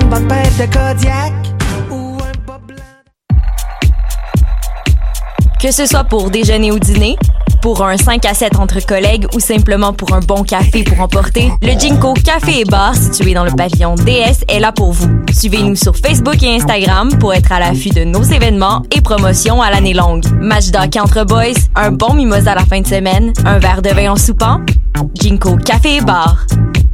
une bonne pinte de Kodiak ou un bas blanc. Que ce soit pour déjeuner ou dîner, pour un 5 à 7 entre collègues ou simplement pour un bon café pour emporter, le Ginko Café et Bar situé dans le pavillon DS est là pour vous. Suivez-nous sur Facebook et Instagram pour être à l'affût de nos événements et promotions à l'année longue. Match d'hockey entre boys, un bon mimosa la fin de semaine, un verre de vin en soupant. Ginko Café et Bar.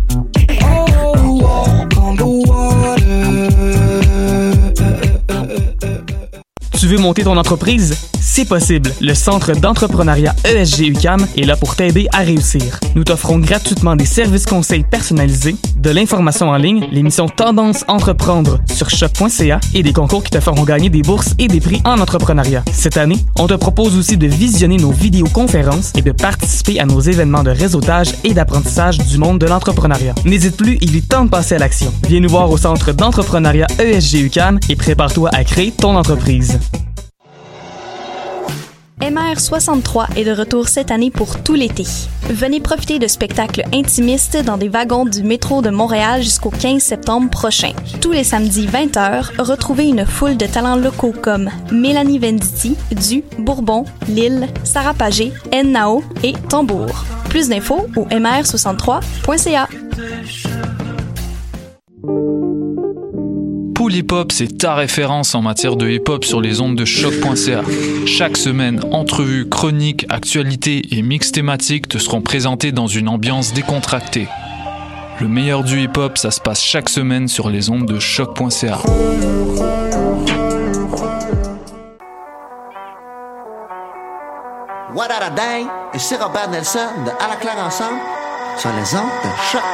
Tu veux monter ton entreprise? C'est possible. Le Centre d'entrepreneuriat ESG UQAM est là pour t'aider à réussir. Nous t'offrons gratuitement des services conseils personnalisés, de l'information en ligne, l'émission Tendance Entreprendre sur choc.ca et des concours qui te feront gagner des bourses et des prix en entrepreneuriat. Cette année, on te propose aussi de visionner nos vidéoconférences et de participer à nos événements de réseautage et d'apprentissage du monde de l'entrepreneuriat. N'hésite plus, il est temps de passer à l'action. Viens nous voir au Centre d'entrepreneuriat ESG UQAM et prépare-toi à créer ton entreprise. MR63 est de retour cette année pour tout l'été. Venez profiter de spectacles intimistes dans des wagons du métro de Montréal jusqu'au 15 septembre prochain. Tous les samedis 20h, retrouvez une foule de talents locaux comme Mélanie Venditti, Du, Bourbon, Lille, Sarah Pagé, Nao et Tambour. Plus d'infos au mr63.ca. Pool Hip Hop, c'est ta référence en matière de hip-hop sur les ondes de choc.ca. Chaque semaine, entrevues, chroniques, actualités et mix thématiques te seront présentés dans une ambiance décontractée. Le meilleur du hip-hop, ça se passe chaque semaine sur les ondes de choc.ca. What a day? Ici Robert Nelson de À la claire ensemble sur les ondes de choc.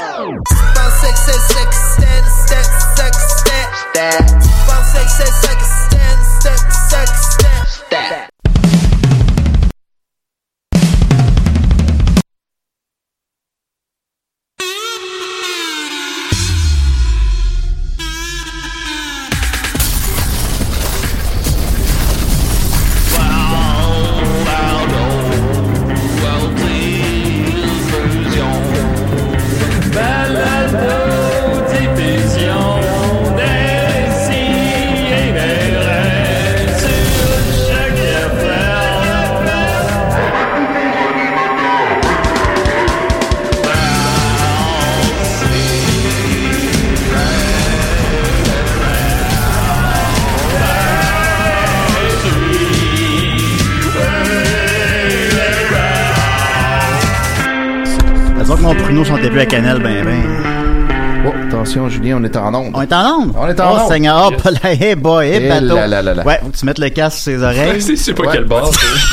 Mon pruneau chantait plus à cannelle, ben. Oh, attention, Julien, on est en onde. On est en onde? On est en onde. Oh, Seigneur, hop, là, hey boy, hey, bateau. Ouais, faut que tu mettes le casque sur ses oreilles. Je sais pas quel bord,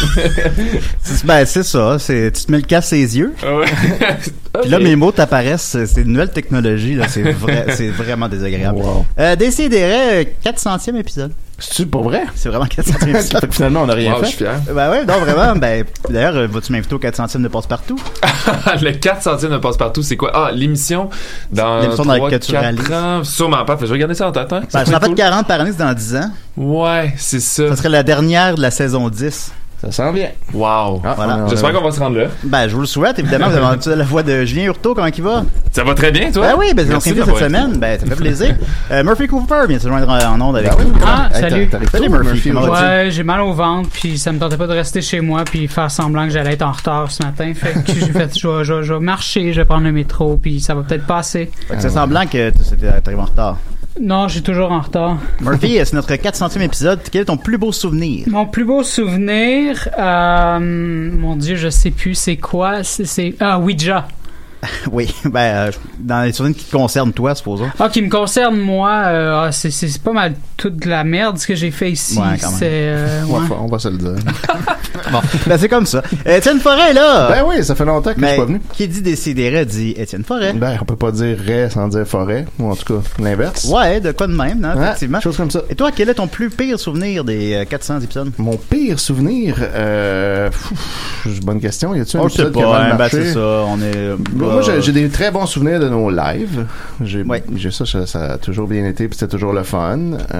Ben, c'est ça, tu te mets le casque sur les yeux. Ouais. Puis là, mes mots t'apparaissent, c'est une nouvelle technologie, là, c'est vraiment désagréable. Wow. Décidérez, 400e épisode. C'est-tu pour vrai? C'est vraiment 400e épisode. Finalement, on n'a rien fait. Je suis fier. Ben ouais, non, vraiment, d'ailleurs, vas-tu m'inviter au 400e de Passe-Partout? Le 400e de Passe-Partout, c'est quoi? Ah, l'émission dans 3-4 ans. Sûrement pas, je vais regarder ça en tête, hein? Ben, j'en fais 40 par année, c'est dans 10 ans. Ouais, c'est ça. Ça serait la dernière de la saison 10. Ça sent bien. Wow. Voilà. J'espère qu'on va se rendre là. Ben, je vous le souhaite, évidemment. Vous avez entendu la voix de Julien Hurtaud, comment il va? Ça va très bien, toi? Ben oui, ben, c'est notre cette semaine. Ben, ça fait plaisir. Murphy Cooper vient se joindre en onde avec nous. Ah, salut. Salut, Murphy. Ouais, j'ai mal au ventre, puis ça me tentait pas de rester chez moi, puis faire semblant que j'allais être en retard ce matin. Fait que j'ai fait, je vais marcher, je vais prendre le métro, puis ça va peut-être passer. Fait que c'est semblant que t'arrives en retard. Non, je suis toujours en retard. Murphy, c'est notre 400e épisode. Quel est ton plus beau souvenir? Mon plus beau souvenir, mon Dieu, je sais plus c'est quoi. C'est Ouija. Oui, dans les souvenirs qui te concernent toi, supposons. Ah, qui me concerne moi, c'est pas mal toute de la merde ce que j'ai fait ici. Ouais, quand même. Ouais. On va se le dire. Bon, ben c'est comme ça. Étienne Forêt, là! Ben oui, ça fait longtemps que je suis pas venu. Qui dit Décidérez dit Étienne Forêt. Ben, on peut pas dire Ré sans dire Forêt, ou en tout cas, l'inverse. Ouais, de quoi de même, non, effectivement. Chose comme ça. Et toi, quel est ton plus pire souvenir des 400 épisodes? Mon pire souvenir, bonne question. Y a-tu un épisode qui a mal marché? Ben c'est ça, on est... Moi, j'ai des très bons souvenirs de nos lives. J'ai ça a toujours bien été, puis c'était toujours le fun.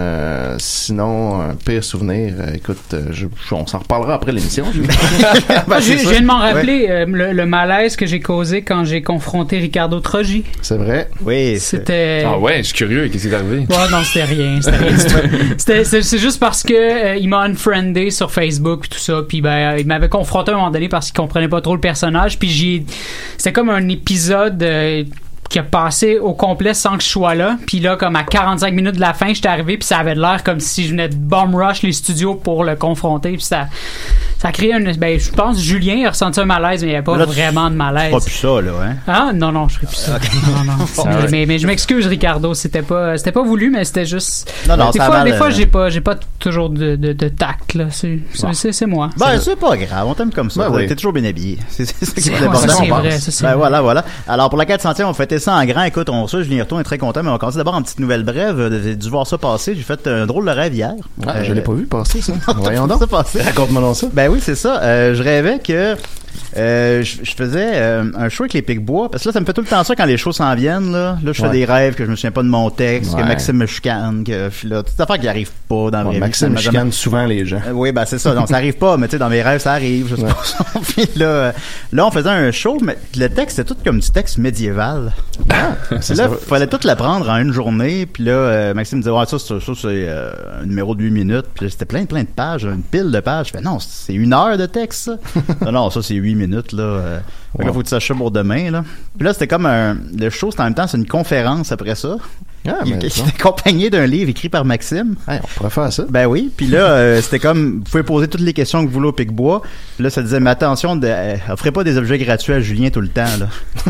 Sinon, un pire souvenir, écoute, on s'en reparlera après l'émission. Je viens de m'en rappeler le malaise que j'ai causé quand j'ai confronté Ricardo Trogi. C'est vrai? Oui. C'était... Ah ouais, je suis curieux. Qu'est-ce qui est arrivé? Non, c'était rien. C'est juste parce que il m'a unfriendé sur Facebook et tout ça, puis il m'avait confronté à un moment donné parce qu'il comprenait pas trop le personnage, puis c'était comme un épisode qui a passé au complet sans que je sois là, puis là comme à 45 minutes de la fin j'étais arrivé, puis ça avait l'air comme si je venais de bomb rush les studios pour le confronter, puis ça a créé je pense Julien a ressenti un malaise, mais il n'y avait pas là, vraiment de malaise. Tu feras plus ça là, hein? Ah non, je ferai plus ça. Non. mais je m'excuse Ricardo, c'était pas voulu, mais c'était juste des fois j'ai pas toujours de tact là, c'est moi. C'est pas grave, on t'aime comme ça. T'es toujours bien habillé. C'est vrai, c'est voilà. Alors pour la 400e, on fêtait ça en grand. Écoute, Julien Hurtaud est très content, mais on va commencer d'abord en petite nouvelle brève. J'ai dû voir ça passer. J'ai fait un drôle de rêve hier. Je l'ai pas vu passer, ça. Voyons donc. Raconte-moi donc ça. Ben oui, c'est ça. Je rêvais que je faisais un show avec les Pic-Bois, parce que là ça me fait tout le temps ça quand les shows s'en viennent là je fais des rêves que je me souviens pas de mon texte, que Maxime me chicane, que là toutes affaires qui arrivent pas dans mes Maxime chicane souvent les gens. Oui, ben c'est ça, donc ça arrive pas, mais tu sais dans mes rêves ça arrive, je sais pas. Puis là on faisait un show, mais le texte c'était tout comme du texte médiéval. Là fallait tout l'apprendre en une journée, puis là Maxime me disait ça c'est un numéro de 8 minutes, puis c'était plein de pages, une pile de pages. Je fais non, c'est 1 heure de texte ça. Non, ça c'est 8 minutes là. Là, faut que tu saches ça pour demain là. Puis là c'était comme le show, c'était en même temps c'est une conférence après ça. Qui était accompagné d'un livre écrit par Maxime. On pourrait faire ça. Ben oui. Puis là, c'était comme, vous pouvez poser toutes les questions que vous voulez au Pic-Bois. Puis là, ça disait, mais attention, offrez pas des objets gratuits à Julien tout le temps, là.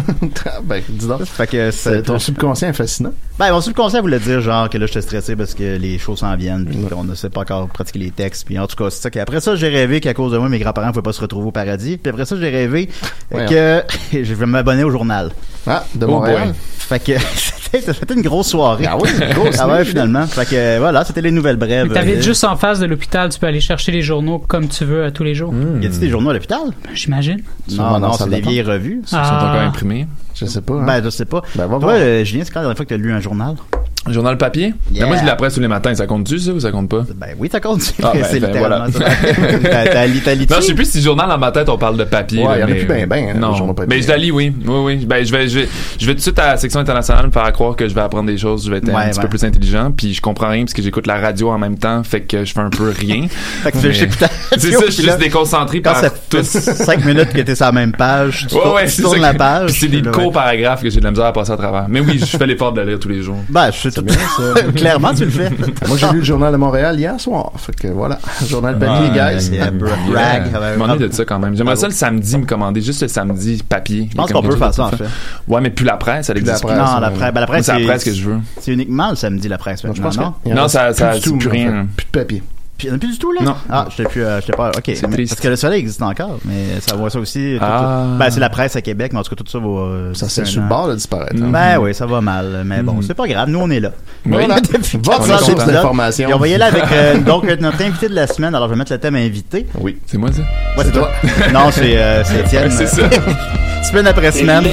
Ben, dis donc. Fait que ton subconscient est fascinant. Ben, mon subconscient voulait dire, genre, que là, j'étais stressé parce que les shows s'en viennent, puis qu'on ne sait pas encore pratiquer les textes. Puis en tout cas, c'est ça qu'après ça, j'ai rêvé qu'à cause de moi, mes grands-parents ne pouvaient pas se retrouver au paradis. Puis après ça, j'ai rêvé que je vais m'abonner au journal. De Montréal. Fait que c'était une grosse soirée. Ah oui, une grosse soirée finalement. Fait que voilà, c'était les nouvelles brèves. Mais t'habites juste en face de l'hôpital, tu peux aller chercher les journaux comme tu veux tous les jours. Y a-t-il des journaux à l'hôpital? J'imagine. Non, c'est des vieilles revues. Ils sont encore imprimés. Je sais pas. Ben, je sais pas. Toi, Julien, c'est quand la dernière fois que t'as lu un journal? Un journal papier? Yeah. Mais moi, je lis la presse tous les matins. Ça compte-tu, ça, ou ça compte pas? Ben oui, ça compte. C'est littéralement ça. T'as lu? Non, je sais plus si journal dans ma tête, on parle de papier. Ouais, il y en a plus ben, non. Mais je la lis, oui. Ben, je vais tout de suite à la section internationale me faire croire que je vais apprendre des choses, je vais être un petit peu plus intelligent, puis je comprends rien parce que j'écoute la radio en même temps, fait que je fais un peu rien. Fait que j'écoute la radio. C'est ça, je suis juste déconcentré par tout. 5 minutes que t'es sur la même page, tu tournes la page. Puis c'est des courts paragraphes que j'ai de la misère à passer à travers. Mais oui, je fais l'effort de la lire tous les jours. Ben, je sais tout bien ça. Clairement, tu le fais. Moi, j'ai lu le Journal de Montréal hier soir. Fait que voilà. Journal papier, guys. Brag. Je m'ennuie de ça quand même. J'aimerais ça le samedi me commander, juste le samedi papier. Je pense qu'on peut faire ça, en fait. Ouais, mais plus la presse, elle existe plus. Non, la presse, c'est la presse que je veux. C'est uniquement le samedi, la presse. Je pense que non, ça dit plus rien. Plus de papier. Puis il n'y en a plus du tout, là? Non. Ah, j'étais pas. OK. C'est triste. Parce que le soleil existe encore, mais ça voit ça aussi. Ben, c'est la presse à Québec, mais en tout cas, tout ça va. Ça c'est sur le bord de disparaître. Ben oui, ça va mal. Mais bon, c'est pas grave. Nous, on est là. Voilà. Votre source d'information. Et on va y aller avec donc notre invité de la semaine. Alors, je vais mettre le thème invité. Oui. C'est moi, ça? Ouais, c'est toi. Non, c'est Étienne. C'est ça. Semaine après semaine.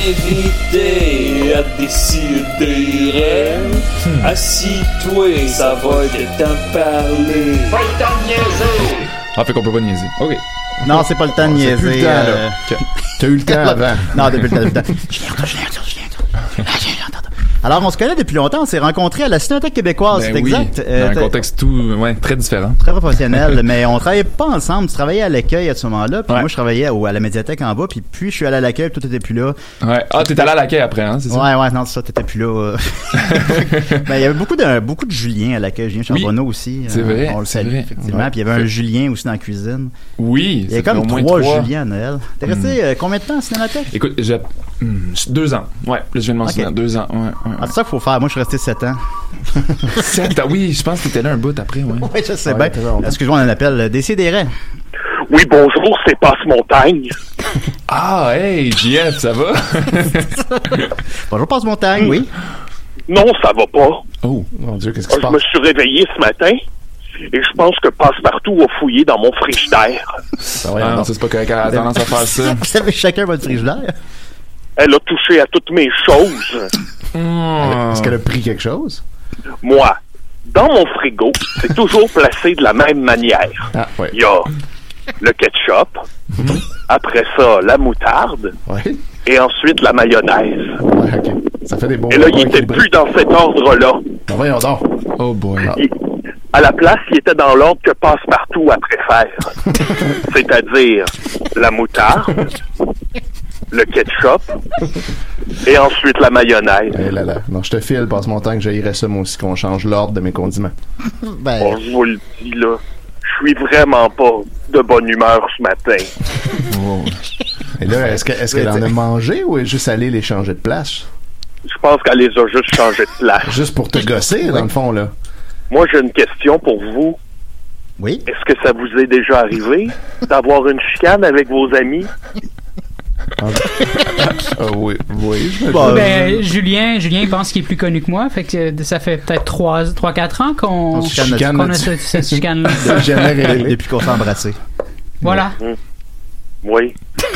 L'invité à décider. Assis-toi, ça va être temps de parler. Pas le temps de niaiser. Ah, fait qu'on peut pas niaiser. OK. Non, c'est pas le temps de niaiser. Plus le temps, T'as eu le temps avant. Non, depuis le temps. Je l'entends. Alors, on se connaît depuis longtemps. On s'est rencontrés à la Cinémathèque québécoise, c'est exact. Dans un contexte très différent. Très professionnel, mais on travaillait pas ensemble. Tu travaillais à l'accueil à ce moment-là, puis moi, je travaillais à la médiathèque en bas, puis je suis allé à l'accueil, puis toi, t'étais plus là. Ouais. Ah, t'es allé à l'accueil après, hein, c'est ça? Ouais, non, c'est ça, t'étais plus là. Ben, il y avait beaucoup de Julien à l'accueil. Julien Charbonneau aussi. C'est vrai. On le salue, effectivement. Puis il y avait un Julien aussi dans la cuisine. Oui. Il y a comme 3 Julien à Noël. T'es resté combien de temps à la Cinémathèque? Écoute, 2 ans. Ouais, là, je viens de mentionner 2 ans. Ouais. Ah, c'est ça qu'il faut faire. Moi, je suis resté 7 ans. 7 ans? Oui, je pense que t'étais là un bout après, ouais. Oui, je sais bien. Excuse-moi, on appelle Décidérez. Oui, bonjour, c'est Passe-Montagne. Ah, hey, JF, ça va? Bonjour, Passe-Montagne, oui. Non, ça va pas. Oh, mon Dieu, qu'est-ce qui se passe? Je me suis réveillé ce matin et je pense que Passe-Partout a fouillé dans mon frigidaire. Non, c'est pas correct, elle a tendance à faire ça. Vous savez chacun votre frigidaire? Elle a touché à toutes mes choses. Est-ce qu'elle a pris quelque chose? Moi, dans mon frigo, c'est toujours placé de la même manière. Ah, ouais. Il y a le ketchup, après ça, la moutarde, et ensuite la mayonnaise. Ouais, OK. Ça fait des bons... Et là, il était plus dans cet ordre-là. Ben voyons donc. Oh boy. À la place, il était dans l'ordre que Passe-Partout a préfère. C'est-à-dire la moutarde, le ketchup, et ensuite la mayonnaise. Eh là là. Non, je te file, passe mon temps que j'haïrais ça, moi aussi, qu'on change l'ordre de mes condiments. Bon, je vous le dis, là, je suis vraiment pas de bonne humeur ce matin. Oh. Et là, est-ce qu'elle en a mangé ou est juste allée les changer de place? Je pense qu'elle les a juste changé de place. Juste pour te gosser, dans le fond, là. Moi, j'ai une question pour vous. Oui? Est-ce que ça vous est déjà arrivé d'avoir une chicane avec vos amis? Oui. Julien pense qu'il est plus connu que moi, fait que ça fait peut-être 3-4 ans qu'on a cette chicane-là. Depuis qu'on s'est embrassé. Voilà. Oui.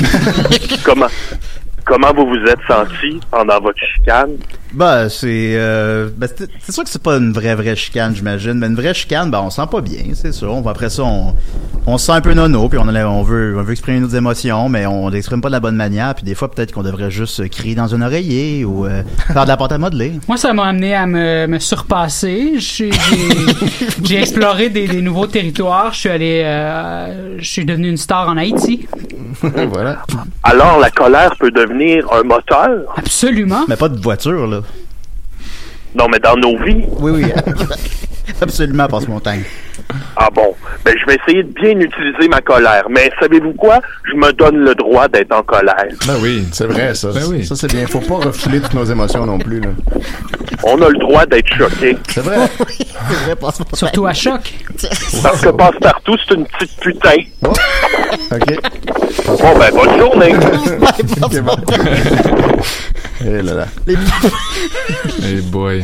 Comment vous vous êtes senti pendant votre chicane? C'est sûr que c'est pas une vraie chicane, j'imagine. Mais une vraie chicane, on se sent pas bien, c'est sûr. Après ça, on se sent un peu nono, puis on veut exprimer nos émotions, mais on l'exprime pas de la bonne manière. Puis des fois, peut-être qu'on devrait juste crier dans un oreiller ou faire de la pâte à modeler. Moi, ça m'a amené à me surpasser. J'ai exploré des nouveaux territoires. Je suis devenu une star en Haïti. Voilà. Alors, la colère peut devenir un moteur? Absolument. Mais pas de voiture, là. Non, mais dans nos vies? Oui. Absolument, Passe-Montagne. Ah bon? Je vais essayer de bien utiliser ma colère. Mais savez-vous quoi? Je me donne le droit d'être en colère. Ben oui, c'est vrai, ça. Ben oui. Ça, c'est bien. Faut pas refouler toutes nos émotions non plus, là. On a le droit d'être choqué. C'est vrai. C'est vrai, Passe-Montagne. Surtout à choc. Parce que Passe-Partout, c'est une petite putain. Oh. OK. Bon, bonne journée. OK, bon. Eh là là. Hey boy.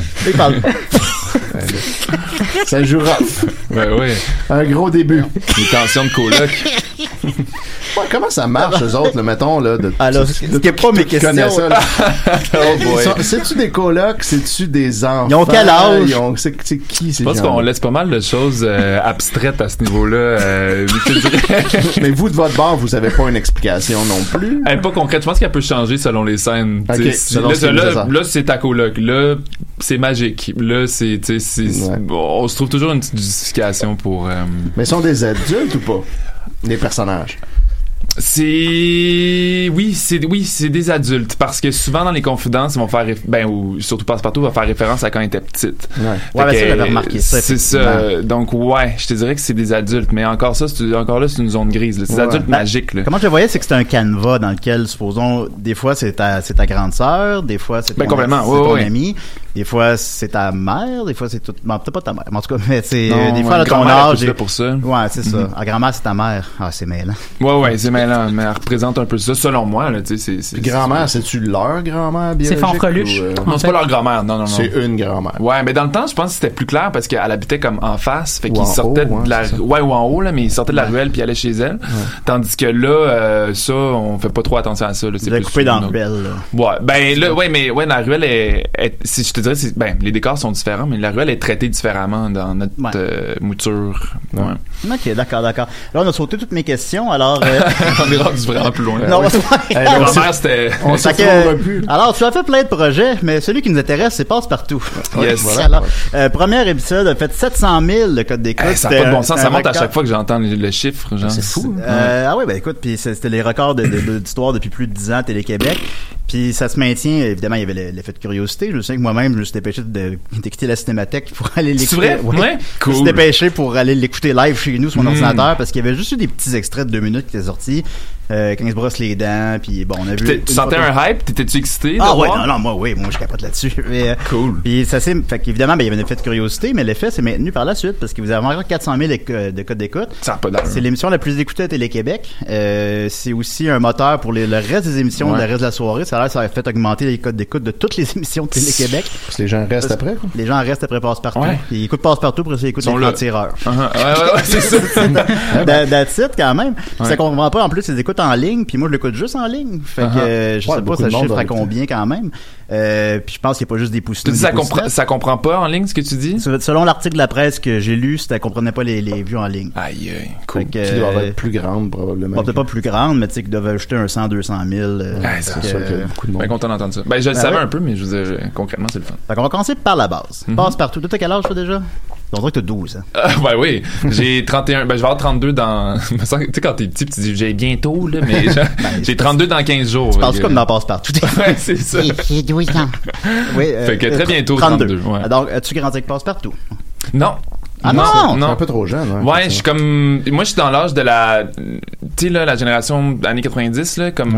Ça joue rough. Ouais. Un gros début. Les tensions de coloc. Comment ça marche, eux autres, là, mettons, là, alors, c'est pas mes questions. Ça, là. C'est-tu des colocs? C'est-tu des enfants? Ils ont quel âge? C'est qui, ces gens? Je pense qu'on laisse pas mal de choses abstraites à ce niveau-là. Mais vous, de votre bord, vous avez pas une explication non plus? Pas concrète. Je pense qu'elle peut changer selon les scènes. Okay, là, c'est ta coloc. Là, c'est magique. Là, on se trouve toujours une petite justification pour... Mais sont des adultes ou pas? Les personnages? C'est des adultes parce que souvent dans les confidences ils vont faire ou surtout Passe-Partout va faire référence à quand ils étaient petites. Ouais, ça j'avais remarqué ça. C'est ça. Donc je te dirais que c'est des adultes, mais encore là c'est une zone grise. Là. C'est des adultes magiques. Là. Comment je le voyais, c'est que c'est un canevas dans lequel supposons des fois c'est ta grande sœur, des fois c'est ton ami, des fois c'est ta mère, des fois c'est tout. Bon, peut-être pas ta mère, mais en tout cas, mais c'est des fois à ton âge. Pour ça. Ouais, c'est ça. La grand-mère c'est ta mère. Ah, c'est mêlant. Ouais, c'est mêlant, mais elle représente un peu ça, selon moi, là, tu sais, c'est grand-mère, c'est-tu leur grand-mère biologique? C'est Fanfreluche. Non, c'est pas leur grand-mère, non. C'est une grand-mère. Ouais, mais dans le temps, je pense que c'était plus clair parce qu'elle habitait comme en face, fait qu'ils sortaient de la... Ouais, ou en haut, là, mais ils sortaient de la ruelle puis ils allaient chez elle. Ouais. Tandis que là, ça, on fait pas trop attention à ça, là. C'est plus coupé dans la ruelle, là. Ouais, mais la ruelle si je te dirais, les décors sont différents, mais la ruelle est traitée différemment dans notre mouture. Ouais. Ok, d'accord. Là, on a sauté toutes mes questions, alors... On est rendu vraiment plus loin. Non, on s'en trouvera plus. Alors, tu as fait plein de projets, mais celui qui nous intéresse, c'est Passe-Partout. Yes. Voilà. Alors, premier épisode a fait 700 000 le code d'écoute. Ça n'a pas de bon sens. Ça monte à chaque fois que j'entends le chiffre. Genre. C'est fou. Ah oui, écoute, puis c'était les records d'histoire depuis plus de 10 ans à Télé-Québec. Puis ça se maintient, évidemment, il y avait l'effet de curiosité. Je sais que moi-même, je me suis dépêché d'écouter la Cinémathèque pour aller l'écouter. C'est vrai? Ouais. Cool. Je me suis dépêché pour aller l'écouter live chez nous sur mon ordinateur parce qu'il y avait juste eu des petits extraits de 2 minutes qui étaient sortis. Quand il se brosse les dents, puis on a vu... Tu sentais un hype? T'étais-tu excité? Ah ouais, non, moi je capote là-dessus. Mais, cool. Puis ça c'est... Fait qu'évidemment, il y avait un effet de curiosité, mais l'effet s'est maintenu par la suite parce que vous avez encore 400 000 de codes d'écoute. Ça n'a pas d'allure. C'est l'émission la plus écoutée à Télé-Québec. C'est aussi un moteur pour le reste des émissions, le reste de la soirée. Ça a fait augmenter les codes d'écoute de toutes les émissions de Télé-Québec. Parce que les gens restent après, quoi. Les gens restent après Passe-Partout. Ouais. Ils écoutent Passe-Partout, pour ça ils écoutent les tireurs. Ouais, c'est ça. That's it, quand même. Ça comprend pas, en plus, ils écoutent en ligne, puis moi je l'écoute juste en ligne. Fait que je sais pas ça chiffre à combien quand même. Puis je pense qu'il n'y a pas juste des poussins. Ça comprend pas en ligne ce que tu dis? Selon l'article de la presse que j'ai lu, ça comprenait pas les vues en ligne. Aïe, cool. Qui doivent être plus grandes probablement. Peut-être pas plus grandes, mais tu sais qu'ils doivent ajouter un 100, 200 000. C'est sûr qu'il y a beaucoup de monde. Ben content d'entendre ça. Ben je le savais un peu, mais je veux dire, concrètement c'est le fun. Fait qu'on va commencer par la base. Passe partout. Toi, t'as quel âge toi déjà? On dirait que t'as 12, hein? Ben oui. J'ai 31. Ben, je vais avoir 32 dans. Tu sais, quand t'es petit, tu dis, j'ai bientôt, là, mais j'ai 32 dans 15 jours. Tu penses comme dans Passe-Partout. Ouais, c'est ça. J'ai 12 ans. Oui, fait que très bientôt 32. Ouais. Donc, as-tu grandi avec Passe-Partout? Non. Ah non! C'est un peu trop jeune. Ouais, je suis comme. Moi, je suis dans l'âge de la. Tu sais, là, la génération années 90, là, comme.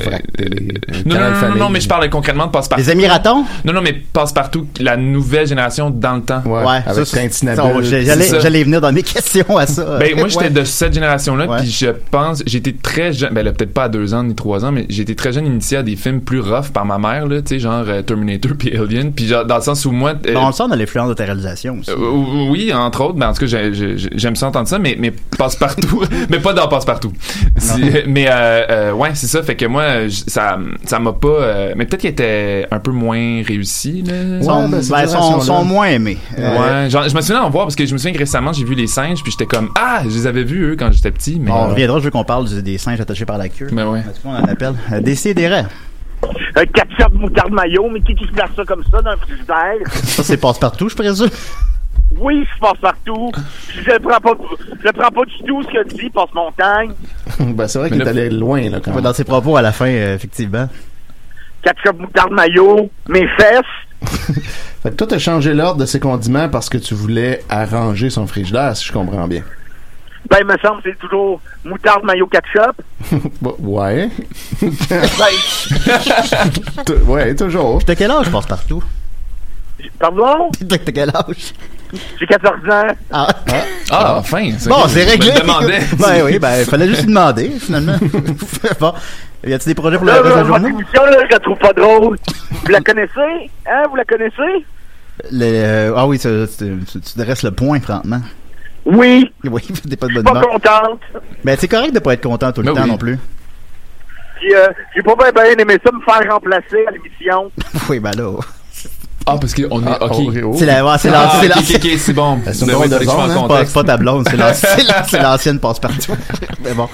Non, mais je parle concrètement de Passe-Partout. Les Amis-Ratons? Non, mais Passe-Partout, la nouvelle génération dans le temps. Ouais, avec Tintinabule. J'allais venir dans mes questions à ça. Ben, moi, j'étais de cette génération-là, puis je pense. J'étais très jeune. Ben, là, peut-être pas à 2 ans ni 3 ans, mais j'étais très jeune initié à des films plus rough par ma mère, là, tu sais, genre Terminator puis Alien. Puis, genre, dans le sens où moi. On le sent dans l'influence de ta réalisation aussi. Oui, entre autres, ben en tout cas j'aime ça entendre ça, mais Passe-Partout mais pas dans Passe-Partout mais ouais, c'est ça, fait que moi ça m'a pas mais peut-être qu'il était un peu moins réussi là. Sont moins aimés. Ouais, genre, je me souviens en voir parce que je me souviens que récemment j'ai vu les singes puis j'étais comme je les avais vus eux quand j'étais petit, mais on reviendra, je veux qu'on parle des singes attachés par la queue. Mais ouais. On en appelle Décidérez. Ketchup, moutarde, mayo, mais qui se place ça comme ça dans un frigidaire? Ça, c'est Passe-Partout, je présume? Oui, je passe partout. Je le prends pas du tout ce que dit Passe-Montagne. Ben, c'est vrai qu'il est allé loin, là, quand même. Dans ses propos à la fin, effectivement. Ketchup, moutarde, mayo, mes fesses. Fait que toi, t'as changé l'ordre de ses condiments parce que tu voulais arranger son frigidaire, si je comprends bien. Ben, il me semble que c'est toujours moutarde, mayo, ketchup. Ouais. Ouais, toujours. T'as quel âge, Passe-Partout? Pardon? T'as quel âge? J'ai 14 ans. Enfin. Bon, c'est réglé. Je me demandais. Ben oui, il fallait juste lui demander, finalement. Bon. Y a-t-il des projets pour la journée? Votre émission, là, je la trouve pas drôle. Vous la connaissez? Hein? Vous la connaissez? Ah oui, tu dresses le point, franchement. Oui. Oui, t'es pas de bonne humeur. humeur. Pas contente. Ben, c'est correct de pas être content tout le temps non plus. Puis, j'ai pas bien aimé ça me faire remplacer à l'émission. Oui, ben là. Parce qu'on est. OK. C'est c'est bon. C'est une drôle de zone, pas ta blonde, c'est l'ancienne Passe-Partout. Mais bon.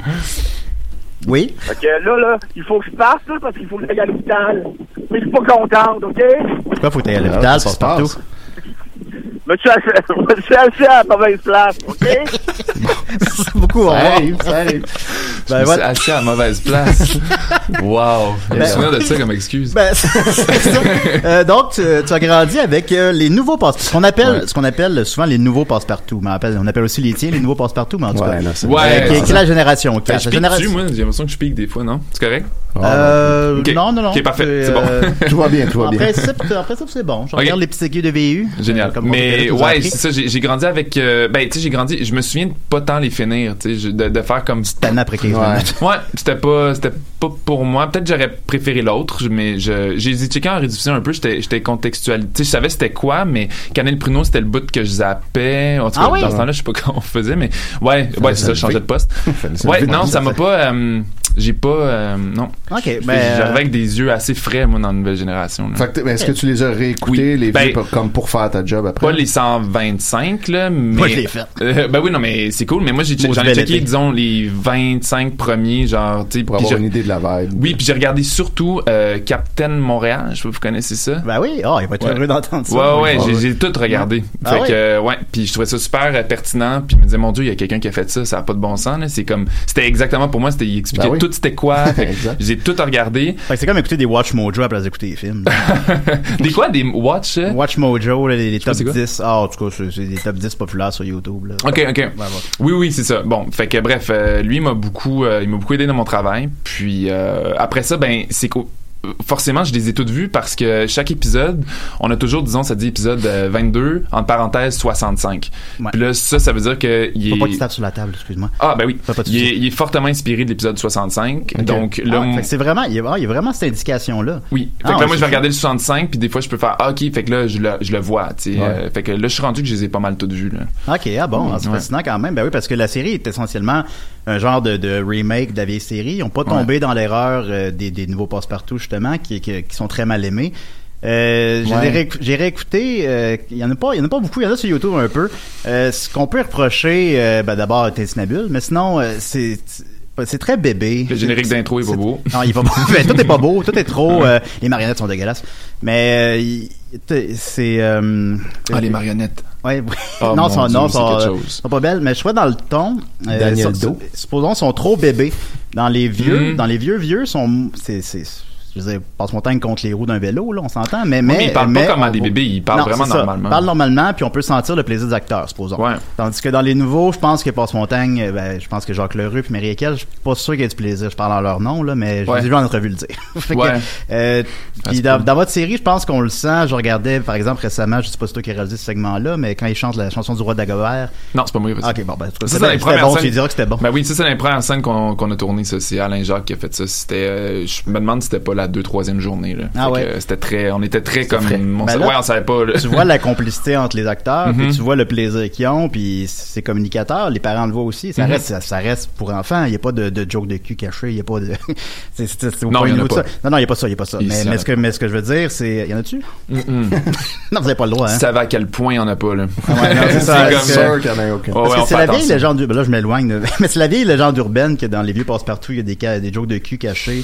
Oui. Fait que là, il faut que je passe, là, parce qu'il faut que j'aille à l'hôpital. Mais je suis pas contente, OK? Pourquoi faut que t'ailles à l'hôpital, Passe-Partout? Mais je suis assis à la mauvaise place, OK? C'est beaucoup, ça arrive. Je me suis assis à la mauvaise place. Wow. Je me souviens de ça comme excuse. Ben, c'est ça. Donc, tu as grandi avec les nouveaux Passe-Partout. Ce qu'on appelle souvent les nouveaux Passe-Partout. On appelle aussi les tiens, les nouveaux Passe-Partout, mais en tout cas. Qui est la génération 4. Je pique dessus, moi. J'ai l'impression que je pique des fois, non? C'est correct? Non. Ok, parfait. C'est bon. Tout va bien. En principe, c'est bon. Je regarde les petits aiguilles de VU. Génial. Mais ouais, c'est ça. J'ai grandi avec. Tu sais, je me souviens de pas tant les finir, tu sais, de faire comme. C'était après 15 minutes. Ouais, c'était pas pour moi. Peut-être j'aurais préféré l'autre, mais j'ai checké en rediffusion un peu. J'étais contextualisé. Tu sais, je savais c'était quoi, mais Canel Pruneau, c'était le bout que je zappais. En tout cas, dans ce temps-là, je sais pas comment on faisait, mais ouais, c'est ça, je changeais de poste. Ouais, non, ça m'a pas. J'ai pas. Non. OK, j'arrivais avec des yeux assez frais, moi, dans la nouvelle génération. Fait que est-ce que tu les as réécoutés, les vieux, comme pour faire ta job après? Pas les 125, là, mais. Moi, je l'ai fait. Ben oui, non, mais c'est cool, mais moi, j'en ai checké, disons, les 25 premiers, genre, tu sais. Pour avoir une idée de la vibe. Oui, puis j'ai regardé surtout Captain Montréal, je sais pas si vous connaissez ça. Ben oui, il va être heureux d'entendre ça. Ouais, j'ai tout regardé. Fait que, puis je trouvais ça super pertinent, puis je me disais, mon Dieu, il y a quelqu'un qui a fait ça a pas de bon sens, là. C'est comme, c'était exactement pour moi, il expliquait tout c'était quoi. J'ai tout regardé. Fait que c'est comme écouter des Watch Mojo à place d'écouter des films. Des quoi? Des Watch? Watch Mojo, là, les top 10. En tout cas, c'est des top 10 populaires sur YouTube, là. OK. Oui, c'est ça. Bon, fait que bref, lui, il m'a beaucoup aidé dans mon travail. Puis après ça, ben, c'est forcément, je les ai toutes vues parce que chaque épisode, on a toujours, disons, ça dit épisode 22, entre parenthèses, 65. Ouais. Puis là, ça veut dire que Faut pas que tu tapes sur la table, excuse-moi. Ah, ben oui. Il est fortement inspiré de l'épisode 65. Okay. Donc là, fait que c'est vraiment, il y a vraiment cette indication-là. Oui. Fait que là, moi, je vais regarder le 65, puis des fois, je peux faire, OK, fait que là, je le vois, tu sais. Fait que là, je suis rendu que je les ai pas mal toutes vues, là. OK, c'est fascinant quand même. Ben oui, parce que la série est essentiellement un genre de remake de la vieille série. Ils n'ont pas tombé dans l'erreur des nouveaux passe-partout, justement, qui sont très mal aimés. J'ai réécouté, il y en a pas beaucoup, il y en a sur YouTube un peu. Ce qu'on peut reprocher, d'abord Tintinabule, mais sinon c'est très bébé. Le générique d'intro est pas beau. Non, il est pas beau. Tout est pas beau, tout est trop. Les marionnettes sont dégueulasses. Mais c'est. les marionnettes. Ouais. Oh, non, sont pas belles. Mais je crois dans le ton. Daniel Do. Supposons sont trop bébés. Dans les vieux, sont. Je veux dire, passe montagne contre les roues d'un vélo, là, on s'entend, mais ils parlent pas comme des bébés, ils parlent vraiment normalement. Ils parlent normalement, puis on peut sentir le plaisir des acteurs, supposons. Ouais. Tandis que dans les nouveaux, je pense que Passe-Montagne, je pense que Jacques Leroux puis Marie Ekel, je suis pas sûr qu'il y ait du plaisir. Je parle en leur nom, là, mais je les ai vus en entrevue le dire. Puis dans votre série, je pense qu'on le sent. Je regardais, par exemple, récemment, je sais pas si c'est toi qui as réalisé ce segment-là, mais quand ils chantent la chanson du roi Dagobert. Non, c'est pas moi. Ok, bon, c'était bon, tu diras que c'était bon. Ben oui, ça, c'est la première scène qu'on a tournée, ça. C'est Alain Jacques qui a fait ça. C'était, je me demande si c'était pas la 2-3e journée. Là. C'était on était très comme on savait pas. Là. Tu vois la complicité entre les acteurs, puis tu vois le plaisir qu'ils ont, puis ces communicateurs, les parents le voient aussi. Ça reste pour enfants. Il y a pas de joke de cul caché. Il y a pas de. Non, il y en a pas. Non, il y a pas ça. Mais ce que je veux dire, c'est, y en a-tu Non, vous avez pas le droit. Hein. Tu savais à quel point il y en a pas là. C'est ça. C'est sûr qu'il y en a aucun. Parce que c'est la vieille légende. Là, je m'éloigne. Mais c'est la vieille légende urbaine que dans les vieux passe-partout, il y a des jokes de cul cachés.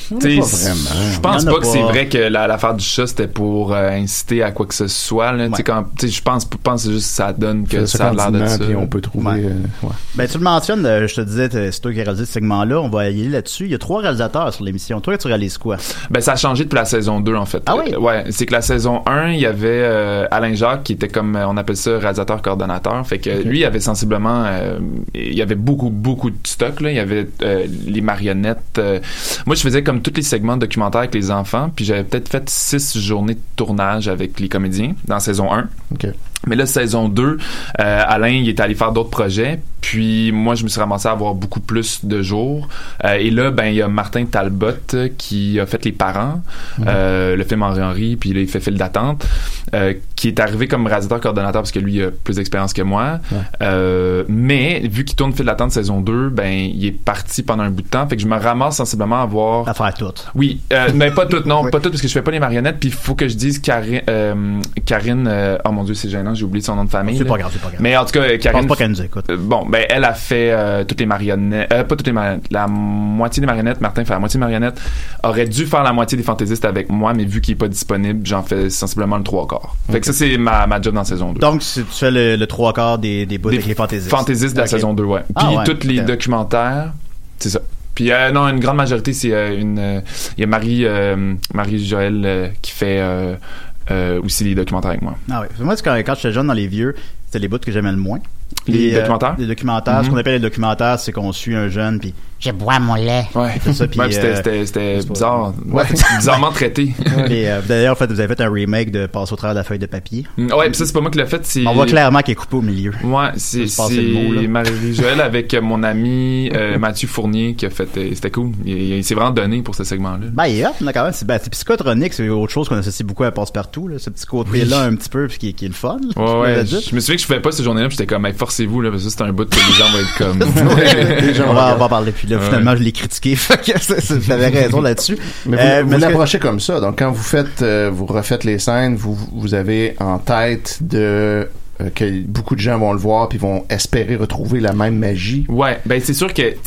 Je pense pas que c'est vrai que l'affaire du chat c'était pour inciter à quoi que ce soit là. Je pense juste que ça donne que ça a l'air de ça. Puis on peut trouver Ben tu le mentionnes, je te disais, c'est toi qui as réalisé ce segment là, on va y aller là-dessus. Il y a 3 réalisateurs sur l'émission. Toi, tu réalises quoi? Ben ça a changé depuis la saison 2 en fait. Ah oui? C'est que la saison 1, il y avait Alain Jacques qui était comme on appelle ça réalisateur coordonnateur. Fait que lui il avait sensiblement il y avait beaucoup de stock là, il y avait les marionnettes. Moi je faisais comme tous les segments documentaires avec les enfants, puis j'avais peut-être fait 6 journées de tournage avec les comédiens dans saison 1. Okay. Mais là, saison 2, Alain, il est allé faire d'autres projets. Puis moi, je me suis ramassé à avoir beaucoup plus de jours. Et là, il y a Martin Talbot qui a fait Les Parents, le film Henri, puis là, il fait File d'attente, qui est arrivé comme réalisateur coordonnateur parce que lui, il a plus d'expérience que moi. Mais vu qu'il tourne File d'attente saison 2, il est parti pendant un bout de temps. Fait que je me ramasse sensiblement à avoir... À faire toutes. Oui, mais pas toutes, non, pas toutes, parce que je fais pas les marionnettes. Puis il faut que je dise Karine... oh mon Dieu, c'est gênant, j'ai oublié son nom de famille. C'est pas grave. Mais en tout cas, Karine... Je pense pas qu'elle nous écoute. Elle a fait toutes les marionnettes, pas toutes les marionnettes, la moitié des marionnettes. Martin fait la moitié des marionnettes. Aurait dû faire la moitié des fantaisistes avec moi, mais vu qu'il est pas disponible, j'en fais sensiblement le 3/4. Fait que ça, c'est ma job dans saison 2. Donc, tu fais le 3/4 des bouts avec les fantaisistes. Fantaisistes de la saison 2, ouais. Puis tous les documentaires, c'est ça. Puis non, une grande majorité, c'est il y a Marie-Joëlle qui fait aussi les documentaires avec moi. Ah oui. Moi, quand j'étais jeune dans les vieux, c'était les bouts que j'aimais le moins. Les documentaires? Les documentaires. Ce qu'on appelle les documentaires, c'est qu'on suit un jeune, puis je bois mon lait. Ouais. C'est ça, puis c'était bizarre. Bizarrement traité. Et d'ailleurs, en fait, vous avez fait un remake de Passer au travers de la feuille de papier. Ouais, puis ça, c'est pas moi qui l'ai fait. On voit clairement qu'il est coupé au milieu. Ouais, c'est Marie-Joëlle avec mon ami Mathieu Fournier qui a fait. C'était cool. Il s'est vraiment donné pour ce segment-là. Il est hop, quand même. C'est psychotronique, c'est autre chose qu'on associe beaucoup à Passe-Partout, là. Ce petit côté-là, un petit peu, puis qui est le fun. Ouais. Je me souviens que je faisais pas cette journée-là, puis j'étais comme, forcez-vous, là, parce que c'est un bout que les gens vont être comme. On va en parler. Puis là, finalement, je l'ai critiqué. J'avais raison là-dessus. Mais vous l'approchez comme ça. Donc, quand vous refaites les scènes, vous avez en tête que beaucoup de gens vont le voir puis vont espérer retrouver la même magie. Ouais, c'est sûr que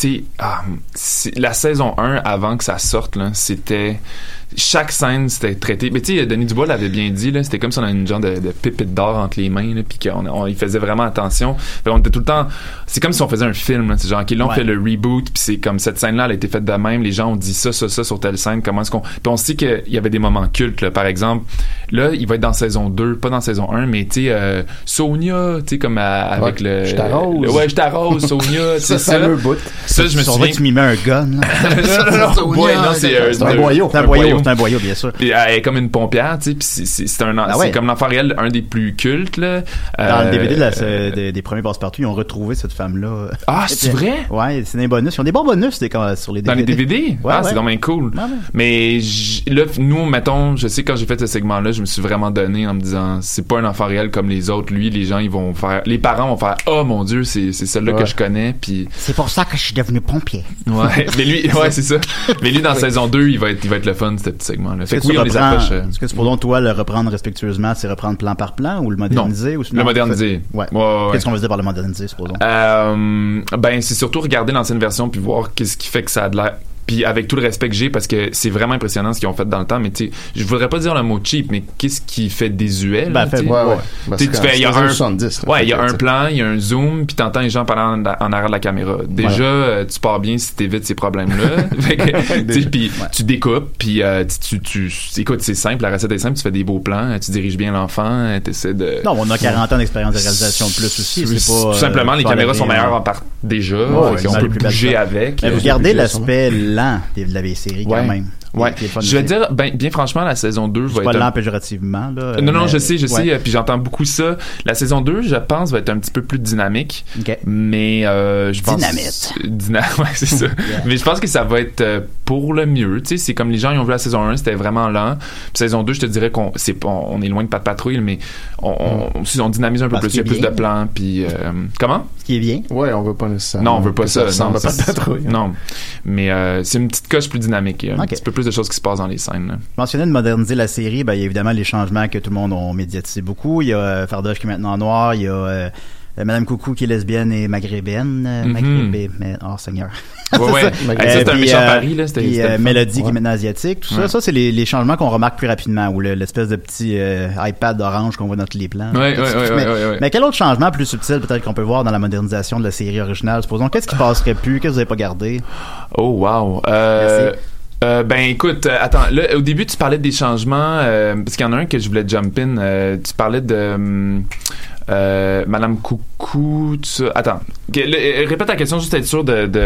la saison 1 avant que ça sorte là, c'était chaque scène c'était traité. Mais tu sais, Denis Dubois l'avait bien dit là, c'était comme si on avait une genre de pépite d'or entre les mains là, puis il faisait vraiment attention. Fait on était tout le temps, c'est comme si on faisait un film là, c'est genre là on fait le reboot puis c'est comme cette scène là elle a été faite de même, les gens ont dit ça sur telle scène, comment est-ce qu'on puis on sait qu'il y avait des moments cultes là, par exemple là il va être dans saison 2, pas dans saison 1 mais tu sais Sonia, tu sais comme avec le je t'arrose. Je t'arrose Sonia, c'est ça. Bout. Ça je me souviens que tu m'y mets un gun. Non, c'est un boyau. C'est un boyau. C'est un boyau, bien sûr. Puis elle est comme une pompière, tu sais, puis c'est comme l'enfant réel, un des plus cultes, là. Dans le DVD des premiers Passe-Partout, ils ont retrouvé cette femme-là. Ah, c'est vrai? Ouais, c'est des bonus. Ils ont des bons bonus sur les DVD. Dans les DVD? Ouais, c'est vraiment cool. Ouais. Mais là, nous, mettons, je sais quand j'ai fait ce segment-là, je me suis vraiment donné en me disant, c'est pas un enfant réel comme les autres. Lui, les gens, les parents vont faire, oh mon Dieu, c'est celle-là que je connais, puis... C'est pour ça que je suis devenu pompier. Ouais, mais lui, c'est ça. Mais lui, dans saison 2, il va être le fun, ce petit segment-là. Fait que oui, on les approche. Est-ce que c'est pour toi le reprendre respectueusement, c'est reprendre plan par plan ou le moderniser? Non, ou sinon, le moderniser. Ouais. Qu'est-ce qu'on veut dire par le moderniser, supposons? C'est surtout regarder l'ancienne version puis voir qu'est-ce qui fait que ça a de l'air. Puis avec tout le respect que j'ai, parce que c'est vraiment impressionnant ce qu'ils ont fait dans le temps, mais tu sais, je voudrais pas dire le mot cheap, mais qu'est-ce qui fait désuet? Il y a un plan, il y a un zoom, puis t'entends les gens parler en arrière de la caméra. Déjà, tu pars bien si t'évites ces problèmes-là. Puis tu découpes, puis écoute, c'est simple, la recette est simple, tu fais des beaux plans, tu diriges bien l'enfant, t'essaies de... Non, on a 40 ans d'expérience de réalisation de plus aussi. C'est pas, tout simplement, les caméras sont meilleures en part déjà, on peut bouger avec. Mais vous gardez l'aspect lent de la vieille série quand même. Ouais. Je vais dire, bien franchement, la saison 2 va être... pas lent péjorativement, là. Non, je sais, puis j'entends beaucoup ça. La saison 2, je pense, va être un petit peu plus dynamique. Okay. Mais je pense... Dynamite. Ouais, c'est ça. Mais je pense que ça va être pour le mieux. Tu sais, c'est comme les gens, ils ont vu la saison 1, c'était vraiment lent. Puis saison 2, je te dirais qu'on est loin de Pat Patrouille, mais on dynamise un peu plus. Il y a plus de plans, puis... Comment? Ce qui est bien. Ouais, on veut pas nécessairement... Non, on veut pas ça. Non, Pat Patrouille. Non. Mais c'est une petite coche plus dynamique. Un petit peu plus de choses qui se passent dans les scènes. Là. Je mentionnais de moderniser la série, il y a évidemment les changements que tout le monde a médiatisé beaucoup. Il y a Fardoche qui est maintenant noir, il y a Madame Coucou qui est lesbienne et maghrébine. Oh Seigneur. C'est un méchant pari, là. Puis Mélodie qui est maintenant asiatique. Tout ça, c'est les changements qu'on remarque plus rapidement, ou l'espèce de petit iPad orange qu'on voit dans tous les plans. Mais quel autre changement plus subtil peut-être qu'on peut voir dans la modernisation de la série originale? Supposons, qu'est-ce qui passerait plus? Qu'est-ce que vous n'avez pas gardé? Oh, wow. Écoute, attends, là, au début, tu parlais des changements, parce qu'il y en a un que je voulais jump in. Tu parlais de Madame Coucou, tout ça. Attends, répète ta question, juste être sûr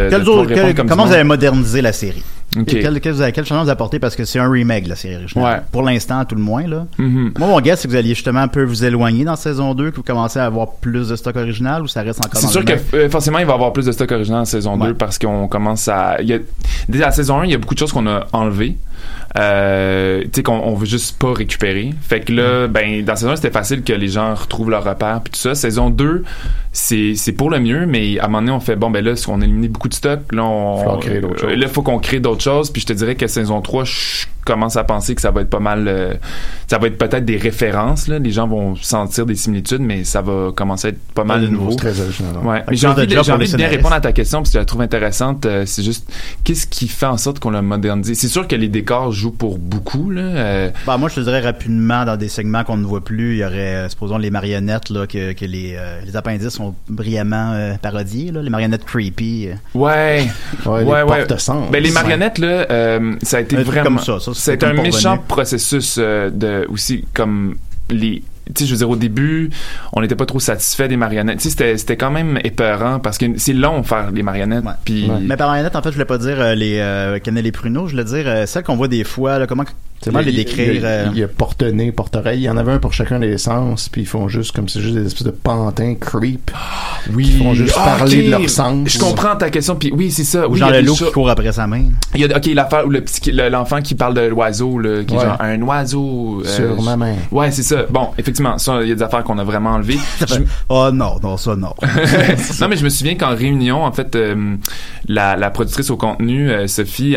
de comment vous avez modernisé la série? Okay. Quel changement vous apportez, parce que c'est un remake de la série originale. Ouais. Pour l'instant, à tout le moins, là. Mm-hmm. Moi, mon guess, c'est que vous alliez justement un peu vous éloigner dans saison 2, que vous commencez à avoir plus de stock original, ou ça reste encore c'est sûr que forcément, il va y avoir plus de stock original en saison 2, parce qu'on commence à... Déjà, à la saison 1, il y a beaucoup de choses qu'on a enlevées. Tu sais, qu'on veut juste pas récupérer. Fait que là, dans saison 1, c'était facile que les gens retrouvent leur repère, puis tout ça. Saison 2, c'est pour le mieux, mais à un moment donné, on fait, là, on a éliminé beaucoup de stock, là, il faut qu'on crée d'autres choses, puis je te dirais que saison 3, je commence à penser que ça va être pas mal, ça va être peut-être des références, là. Les gens vont sentir des similitudes, mais ça va commencer à être pas mal nouveau. Très original. Ouais. Mais j'ai envie de bien répondre à ta question, parce que je la trouve intéressante. C'est juste, qu'est-ce qui fait en sorte qu'on l'a modernisé? C'est sûr que les décors jouent pour beaucoup, là. Moi, je te dirais rapidement, dans des segments qu'on ne voit plus, il y aurait, supposons, les marionnettes, là, que les appendices sont brillamment parodiés, là, les marionnettes creepy. Ouais. Porte-sens. Les marionnettes, là, ça a été vraiment... Comme ça c'est un méchant processus de aussi, comme les... Tu sais, je veux dire, au début, on n'était pas trop satisfait des marionnettes. Tu sais, c'était quand même épeurant, parce que c'est long faire les marionnettes. Ouais. Puis... Mais par marionnettes, en fait, je voulais pas dire les Cannelle et Pruneau, je voulais dire celles qu'on voit des fois, là, comment les décrire? Il y a porte-nez, porte-oreille. Il y en avait un pour chacun des sens, puis ils font juste, comme c'est juste des espèces de pantins creep. Oui. Ils font juste parler de leur sens. Je comprends ta question, puis oui, c'est ça. Ou genre le loup qui court après sa main. Il y a, l'affaire où l'enfant qui parle de l'oiseau, là, qui est genre un oiseau. Sur ma main. Ouais, c'est ça. Bon, effectivement, ça, il y a des affaires qu'on a vraiment enlevées. Oh non, ça non. Non, mais je me souviens qu'en réunion, en fait, la productrice au contenu, Sophie,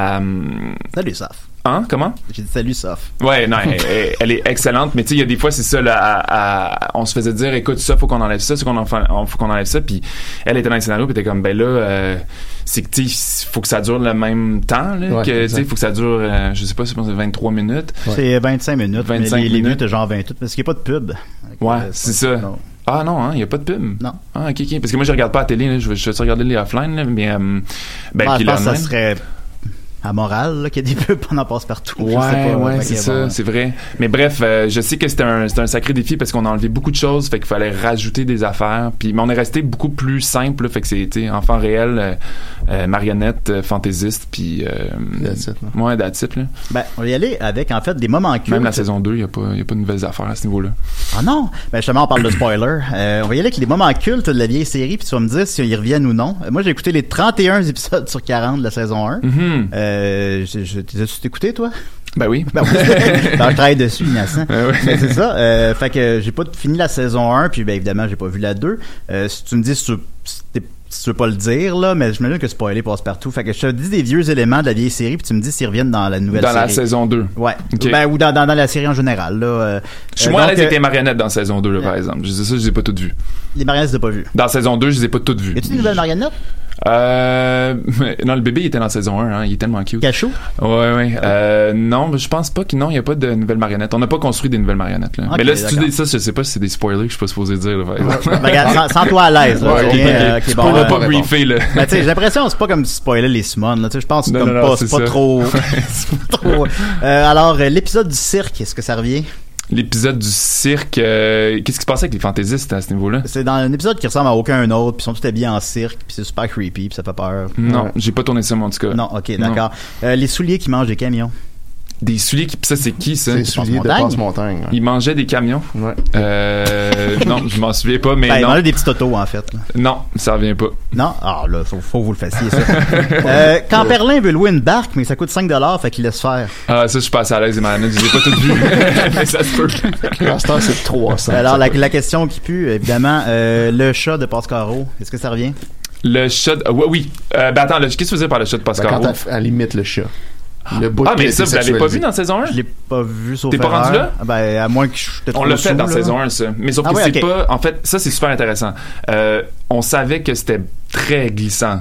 Salut, Saf. Hein? Comment? J'ai dit salut, Saf. Ouais, non, elle est excellente, mais tu sais, il y a des fois, c'est ça, là, on se faisait dire, écoute, ça, faut qu'on enlève ça, faut qu'on enlève ça, puis elle était dans le scénario, puis était comme, c'est que, tu sais, faut que ça dure le même temps, là, que, tu sais, faut que ça dure, je sais pas, c'est 23 minutes. Ouais. C'est 25 minutes, 25 mais les minutes, genre 28, parce qu'il n'y a pas de pub. Ouais, c'est ça. Non. Ah non, hein, il n'y a pas de pub. Non. Ah, ok. Parce que moi, je regarde pas la télé, là, je vais regarder les offline, là, mais, je pense que ça serait... à Montréal, là, qu'il y a des pubs pendant Passe-Partout. Ouais, c'est ça, c'est vrai. Mais bref, je sais que c'était un sacré défi parce qu'on a enlevé beaucoup de choses, fait qu'il fallait rajouter des affaires. Puis, mais on est resté beaucoup plus simple, là, fait que c'était enfant réel, marionnette, fantaisiste, puis that's it, ouais, that's it, là. Ben, on va y aller avec, en fait, des moments cultes. Même la saison 2, il y a pas de nouvelles affaires à ce niveau-là. Ah non! Ben, justement, on parle de spoiler. On va y aller avec les moments cultes de la vieille série, puis tu vas me dire si ils reviennent ou non. Moi, j'ai écouté les 31 épisodes sur 40 de la saison 1. T'as-tu écouté, toi? Ben oui. Ben, je travaille dessus, innocent. Mais c'est ça. Fait que j'ai pas fini la saison 1, puis ben évidemment, j'ai pas vu la 2. Si tu me dis si tu veux pas le dire, là, mais j'imagine que spoiler Passe-Partout. Fait que je te dis des vieux éléments de la vieille série, puis tu me dis s'ils reviennent dans la nouvelle série. Dans la saison 2. Ouais. Okay. Ben, ou dans la série en général, là. Je suis moins à l'aise avec les marionnettes dans saison 2, là, par exemple. Je dis ça, je les ai pas toutes vues. Les marionnettes, tu les as pas vues? Dans saison 2, je les ai pas toutes vues. Y a-tu des nouvelles marionnettes? Non, le bébé il était dans saison 1, hein, il est tellement cute. Cachot? Ouais. Non, je pense pas qu'il y a pas de nouvelles marionnettes. On n'a pas construit des nouvelles marionnettes, là. Okay, mais là, si tu dis ça, je sais pas si c'est des spoilers que je suis pas supposé dire, là. Regarde, sens-toi à l'aise, là. Okay, bon, on va pas briefer, là. Ben, tu sais, j'ai l'impression que c'est pas comme spoiler les summons, là. Tu sais, je pense que c'est pas trop. C'est pas trop. Alors, l'épisode du cirque, est-ce que ça revient? L'épisode du cirque, qu'est-ce qui se passait avec les fantaisistes à ce niveau-là? C'est dans un épisode qui ressemble à aucun autre, puis ils sont tous habillés en cirque, puis c'est super creepy, puis ça fait peur. Non, j'ai pas tourné ça, en tout cas. Non, ok, d'accord. Les souliers qui mangent des camions. Des souliers ça c'est qui ça? C'est des souliers de Passe-Montagne. Ils mangeaient des camions? Ouais. Non, je m'en souviens pas, mais ben, non. Ils mangeaient des petits autos, en fait. Là. Non, ça revient pas. Non? Ah, là, faut que vous le fassiez, ça. Quand Perlin veut louer une barque, mais ça coûte 5$, fait qu'il laisse faire. Ah, ça, je suis passé à l'aise, les marionnettes, je les ai pas toutes vues. Mais ça se peut. L'instant, c'est 300. Alors, la question qui pue, évidemment, le chat de Pascaro, est-ce que ça revient? Le chat oui. Ben attends, qu'est-ce que tu faisais par le chat de Pascaro? Quand elle imite le chat. Mais ça, vous l'avez pas vu dans saison 1? Je l'ai pas vu, sauf T'es pas rendu là? Ben, à moins que je te trouve. On l'a fait dans saison 1, ça. Mais sauf que c'est pas... En fait, ça, c'est super intéressant. On savait que c'était très glissant.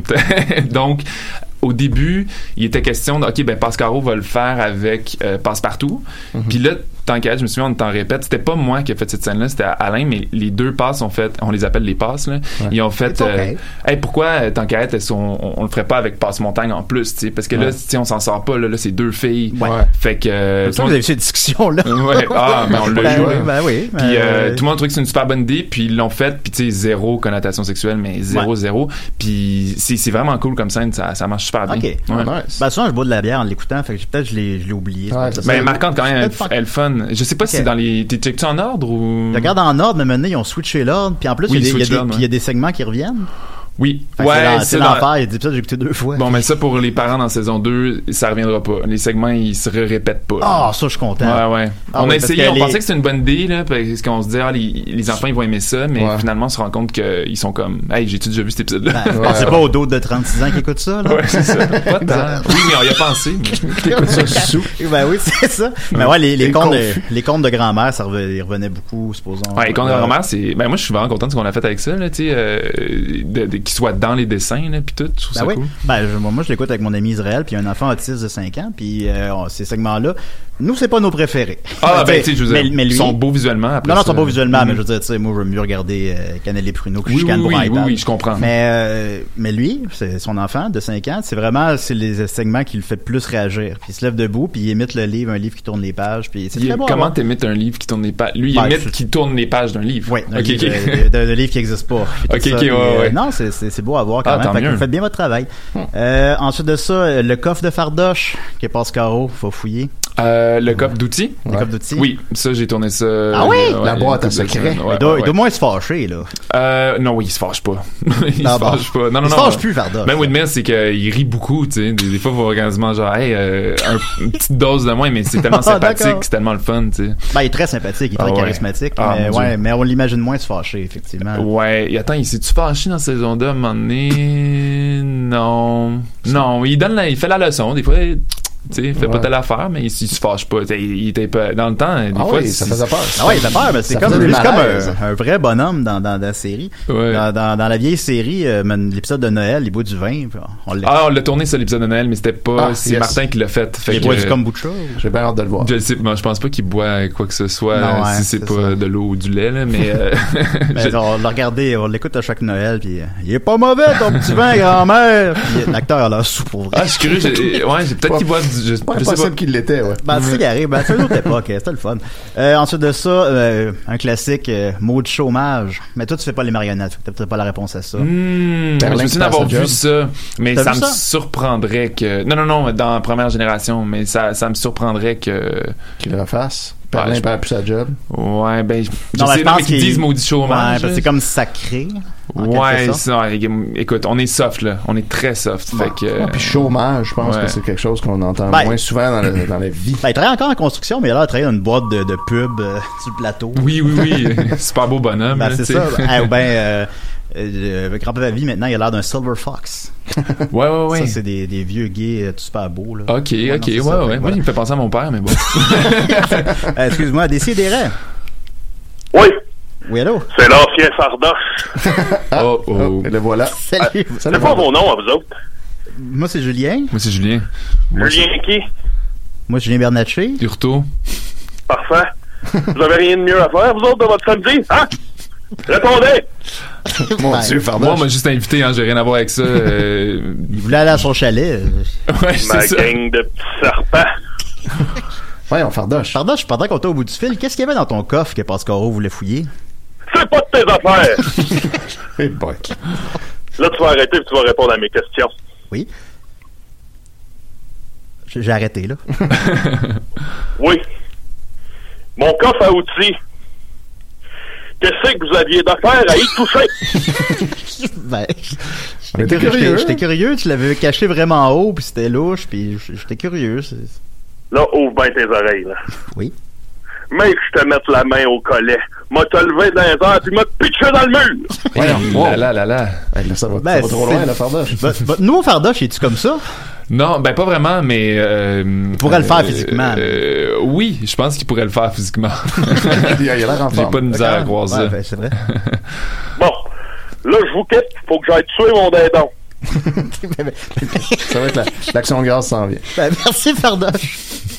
Donc, au début, il était question de, OK, ben, Pascaro va le faire avec Passe-Partout. Puis là, tant qu'à je me souviens, on t'en répète, c'était pas moi qui ai fait cette scène-là, c'était Alain, mais les deux passes ont fait, on les appelle les passes, là. Ouais. Ils ont fait, hey, pourquoi, tant qu'à on le ferait pas avec Passe-Montagne en plus, tu sais, parce que là, tu sais, on s'en sort pas, là, c'est deux filles. Ouais. Fait que, vous avez eu cette discussion-là. Ouais, on l'a eu. Ben oui. Puis, tout le monde trouvait que c'est une super bonne idée, puis ils l'ont fait, puis tu sais, zéro connotation sexuelle, mais zéro. Puis, c'est vraiment cool comme scène, ça marche super bien. OK. Ouais. Nice. Ben, souvent, je bois de la bière en l'écoutant, fait que peut-être je l'ai oublié. Ouais, mais marquante quand même, elle fun. Je sais pas si c'est dans les. T'es-tu en ordre ou. Je regarde en ordre, mais maintenant, ils ont switché l'ordre. Puis en plus, il y a des segments qui reviennent. Oui. C'est l'enfer. Il y a des épisodes que j'ai écouté 2 fois. Bon, mais ça, pour les parents dans saison 2, ça reviendra pas. Les segments, ils se répètent pas. Ah, ça, je suis content. Ouais. On a essayé, on pensait que c'était une bonne idée, là, parce qu'on se disait, les enfants, ils vont aimer ça, mais finalement, on se rend compte qu'ils sont comme, hey, j'ai-tu déjà vu cet épisode-là? C'est pas au dos de 36 ans qui écoute ça, là? Ouais, c'est ça. Pas tant. Oui, mais on y a pensé. T'écoutes ça sous. Ben oui, c'est ça. Mais ouais, les contes de grand-mère, ils revenaient beaucoup, supposons. Ouais, les contes de grand-mère, c'est, ben moi, je suis vraiment content de ce qu'on a fait avec ça, là, tu sais, qu'ils soient dans les dessins, là, pis tout, je trouve ça cool. Ben, moi, je l'écoute avec mon ami Israël, puis il y a un enfant autiste de 5 ans, puis ces segments-là, nous, c'est pas nos préférés. Ah, ben, tu sais, je veux dire, mais lui, ils sont beaux visuellement, après. Non, ils sont beaux visuellement, mais je veux dire, tu sais, moi, je veux mieux regarder Cannelle et Pruneau que je chicane pour iPad. Oui, je comprends. Mais lui, c'est son enfant de 5 ans, c'est les segments qui le fait plus réagir. Puis il se lève debout, puis il imite un livre qui tourne les pages, puis c'est très beau. Comment t'imites un livre qui tourne les pages? Lui, il imite qui tourne les pages d'un livre. Oui, d'un livre qui n'existe pas. Ouais. Non, c'est beau à voir quand même. Fait que vous faites bien votre travail. Ensuite de ça, le coffre de Fardoche qui est Pascaro, faut fouiller. Le coffre d'outils? Le coffre d'outils? Oui, ça, j'ai tourné ça. Ah oui? La boîte à secret. Il doit moins se fâcher, là. Non, oui, il se fâche pas. Il se fâche pas. Non. Il se fâche plus, Fardoche. Même Woodman, c'est qu'il rit beaucoup, tu sais. Des fois, il faut quasiment genre, hey, une petite dose de moins, mais c'est tellement sympathique, c'est tellement le fun, tu sais. Ben, il est très sympathique, il est très charismatique. Mais on l'imagine moins se fâcher, effectivement. Ouais, et attends, il s'est-tu fâché dans saison 2 à un moment donné? Non, il fait la leçon, des fois. Tu sais, fait pas telle affaire, mais il se fâche pas. Il était pas. Dans le temps, des fois. Ça faisait peur. Ah ouais, il fait peur, mais c'est comme un vrai bonhomme dans la série. Ouais. Dans la vieille série, l'épisode de Noël, il boit du vin. On l'a tourné sur l'épisode de Noël, mais c'était pas. C'est Martin qui l'a fait. Il boit du kombucha. J'ai bien hâte de le voir. Je le sais, moi, je pense pas qu'il boit quoi que ce soit, si c'est pas ça. De l'eau ou du lait, là, mais. On l'a regardé, on l'écoute à chaque Noël, puis il est pas mauvais ton petit vin, grand-mère. Puis l'acteur a l'air sous pour vrai. Ah, je suis curieux. J'ai peut-être qu'il boit du. Je sais pas qu'il l'était, ouais. C'est qui arrive, c'est une autre époque, c'était le fun. Ensuite de ça, un classique, mot de chômage. Mais toi, tu fais pas les marionnettes, t'as peut-être pas la réponse à ça. Je sais d'avoir vu ça, mais ça me surprendrait que. Non, dans la première génération, mais ça me surprendrait qu'il le refasse. Berlin perd plus sa job. Ouais, ben, je sais pas qu'ils disent maudit chômage. Ouais, c'est comme sacré. Ouais, écoute, on est soft, là. On est très soft. Fait que. Puis chômage, je pense que c'est quelque chose qu'on entend moins souvent dans la vie. Il travaille encore en construction, mais il a l'air de travailler dans une boîte de pub sur le plateau. Oui. Super beau bonhomme. C'est ça. Ou bien, Grand-papa Vie, maintenant, il a l'air d'un Silver Fox. Ouais. Ça, c'est des vieux gays tout super beaux, là. Ok. Moi, il me fait penser à mon père, mais bon. Excuse-moi, Décidérez. Oui. Oui, allô? C'est l'ancien Fardoche. Oh. Et le voilà. Salut. C'est pas vos noms à vous autres? Moi, c'est Julien. Moi, c'est Julien. Julien qui? Moi, Julien Bernatchez. Hurtaud. Parfait. Vous avez rien de mieux à faire, vous autres, de votre samedi? Hein? Répondez! Mon Dieu, Fardoche. Moi, on m'a juste invité, j'ai rien à voir avec ça. Il voulait aller à son chalet. Ouais, c'est Ma ça. gang de petits serpents. Ouais, on Fardoche. Fardoche, pendant qu'on était au bout du fil, qu'est-ce qu'il y avait dans ton coffre que Pascaro voulait fouiller? C'est pas de tes affaires! Hey boy. Là, tu vas arrêter et tu vas répondre à mes questions. Oui. J'ai arrêté, là. Oui. Mon coffre à outils. Qu'est-ce que vous aviez d'affaires à y toucher? J'étais curieux, tu l'avais caché vraiment haut, puis c'était louche, puis j'étais curieux. Là, ouvre bien tes oreilles, là. Oui. Mais que je te mette la main au collet, m'a te levé dans les airs, puis m'a pitché dans le mur! Là. Ça va trop loin, la Fardoche. Nous, Fardoche, es-tu comme ça? Non, ben pas vraiment, mais... il pourrait le faire physiquement. Oui, je pense qu'il pourrait le faire physiquement. Il a l'air en forme. J'ai pas de misère à croire ça. Ben, c'est vrai. Bon, là, je vous quitte, faut que j'aille tuer mon dindon. Ça va être l'action de grâce s'en vient. Ben, merci, Fardoche.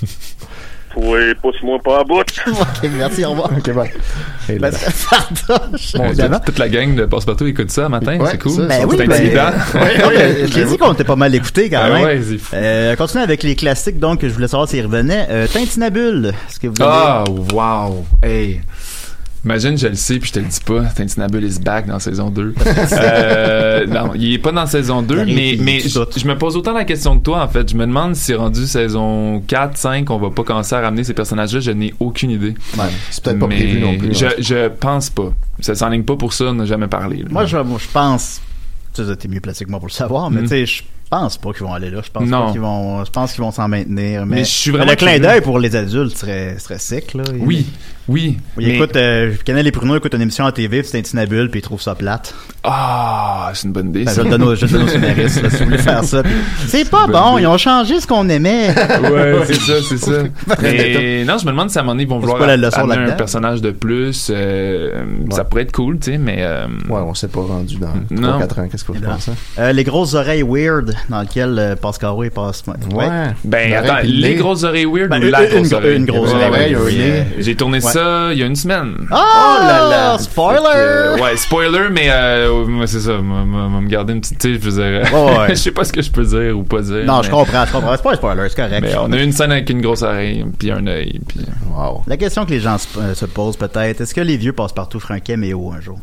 Oui, pousse-moi pas à bout. Ok, merci, au revoir. Ok, bye. Et là, Fardoche. Toute la gang de Passepartout écoute ça matin, c'est cool. Ben oui, c'est intimidant. J'ai dit qu'on était pas mal écouté quand même. Ouais, c'est fou. Continuons avec les classiques, donc, je voulais savoir s'ils revenaient. Tintinabule, est-ce que vous avez... Ah, wow. Hey. Imagine, je le sais, puis je te le dis pas. Tintinabule is back dans saison 2. Non, il est pas dans saison 2, mais je me pose autant la question que toi, en fait. Je me demande si rendu saison 4, 5, on va pas commencer à ramener ces personnages-là. Je n'ai aucune idée. Ouais, c'est peut-être pas prévu non plus. Je pense pas. Ça s'enligne pas pour ça, on n'a jamais parlé. Là. Moi, je pense... Tu sais, t'es mieux placé que moi pour le savoir, mais tu sais, je pense pas qu'ils vont aller là. Je pense qu'ils vont s'en maintenir. Mais je suis vraiment le clin d'œil pour les adultes serait sick, là. Oui. Écoute, Canel et Pruneau écoutent une émission à TV, c'est Tintinabule, puis ils trouvent ça plate. Ah, c'est une bonne idée. Ben, je le donne aux scénaristes, là, si vous voulez faire ça. C'est pas bon, ils ont changé ce qu'on aimait. Ouais, c'est ça. Mais non, je me demande si à un moment donné, ils vont vouloir amener un personnage de plus. Ça pourrait être cool, tu sais, mais... Ouais, on s'est pas rendu dans 3-4 ans. Qu'est-ce que vous pensez? Les grosses oreilles weird, dans lesquelles Pascaro et passe... Ouais. Ben, attends, les grosses oreilles weird ou la grosse oreille? Une grosse oreille. J'ai tourné ça il y a une semaine. Oh là là! Spoiler! Ouais, spoiler, mais c'est ça. Me garder une petite... Tu sais, je veux dire... Je sais pas ce que je peux dire ou pas dire. Non, je comprends. C'est pas un spoiler, c'est correct. Mais on a eu une scène avec une grosse oreille, puis un œil, puis... Wow. La question que les gens se posent peut-être, est-ce que les vieux Passepartout feraient un caméo un jour?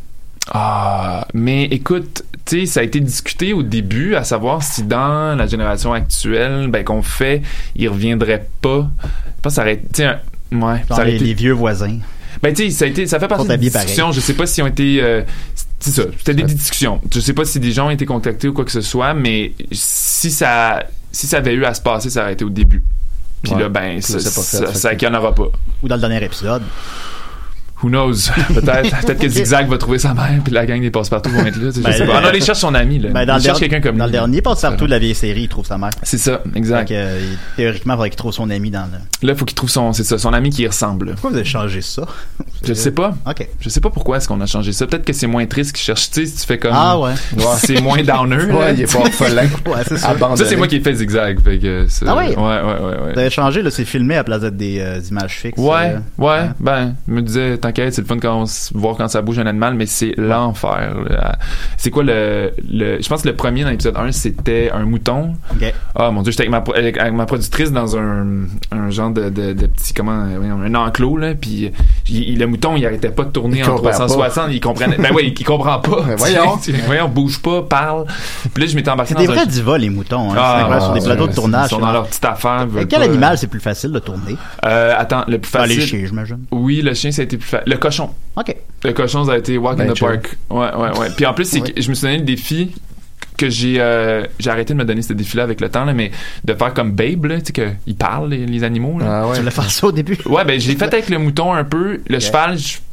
Ah, mais écoute, tu sais, ça a été discuté au début, à savoir si dans la génération actuelle, qu'on fait, ils reviendraient pas. Je pense que ça aurait été... Ouais, ça aurait été... les vieux voisins. Ben, tu sais, ça fait partie des discussions. Pareil. Je sais pas si ont été... c'est ça, c'était des discussions. Je sais pas si des gens ont été contactés ou quoi que ce soit, mais si ça avait eu à se passer, ça aurait été au début. Puis là, ça qu'il n'y en aura pas. Ou dans le dernier épisode. Who knows? Peut-être que Zigzag va trouver sa mère, puis la gang des Passe-Partout vont être là. Je sais pas. Ah non, il cherche son ami, là. Il cherche quelqu'un comme lui. Dans le dernier Passe-Partout de la vieille série, il trouve sa mère. C'est ça, exact. Donc, théoriquement, il faudrait qu'il trouve son ami dans le... Là, il faut qu'il trouve son ami qui y ressemble. Pourquoi vous avez changé ça? Je sais pas. OK. Je sais pas pourquoi est-ce qu'on a changé ça. Peut-être que c'est moins triste qu'il cherche. Tu sais, si tu fais comme... Ah ouais. C'est moins downer. Ouais, il est pas orphelin. Ouais, c'est ça. Ça, c'est moi qui ai fait Zigzag. Fait que ah ouais? Ouais. Vous avez changé, là, c'est filmé à place d'être des images fixes. Ouais. Ben, je me disais, t'inquiète, c'est le fun voir quand ça bouge un animal, mais c'est l'enfer. C'est quoi je pense que le premier dans l'épisode 1, c'était un mouton. OK. Ah, mon Dieu, j'étais avec ma productrice dans un genre de petit, un enclos, là, puis le mouton, il arrêtait pas de tourner en 360, il comprenait. Ben oui, il comprend pas. Voyons, bouge pas, parle. Puis là, je m'étais embarqué dans des vrais divas, les moutons, hein. Sur des plateaux de tournage. Ils sont dans leur petite affaire. Quel animal c'est plus facile de tourner? Attends, le plus facile. Les chiens, j'imagine. Oui, le chien, ça a été plus facile. Le cochon. OK. Le cochon, ça a été Walk in the Park. Ouais. Puis en plus, c'est que je me suis donné le défi que j'ai arrêté de me donner ce défi-là avec le temps, là, mais de faire comme Babe, là, tu sais, qu'ils parlent, les animaux. Là. Ah ouais. Tu voulais faire ça au début? Ouais, ben, je l'ai fait avec le mouton un peu. Le cheval,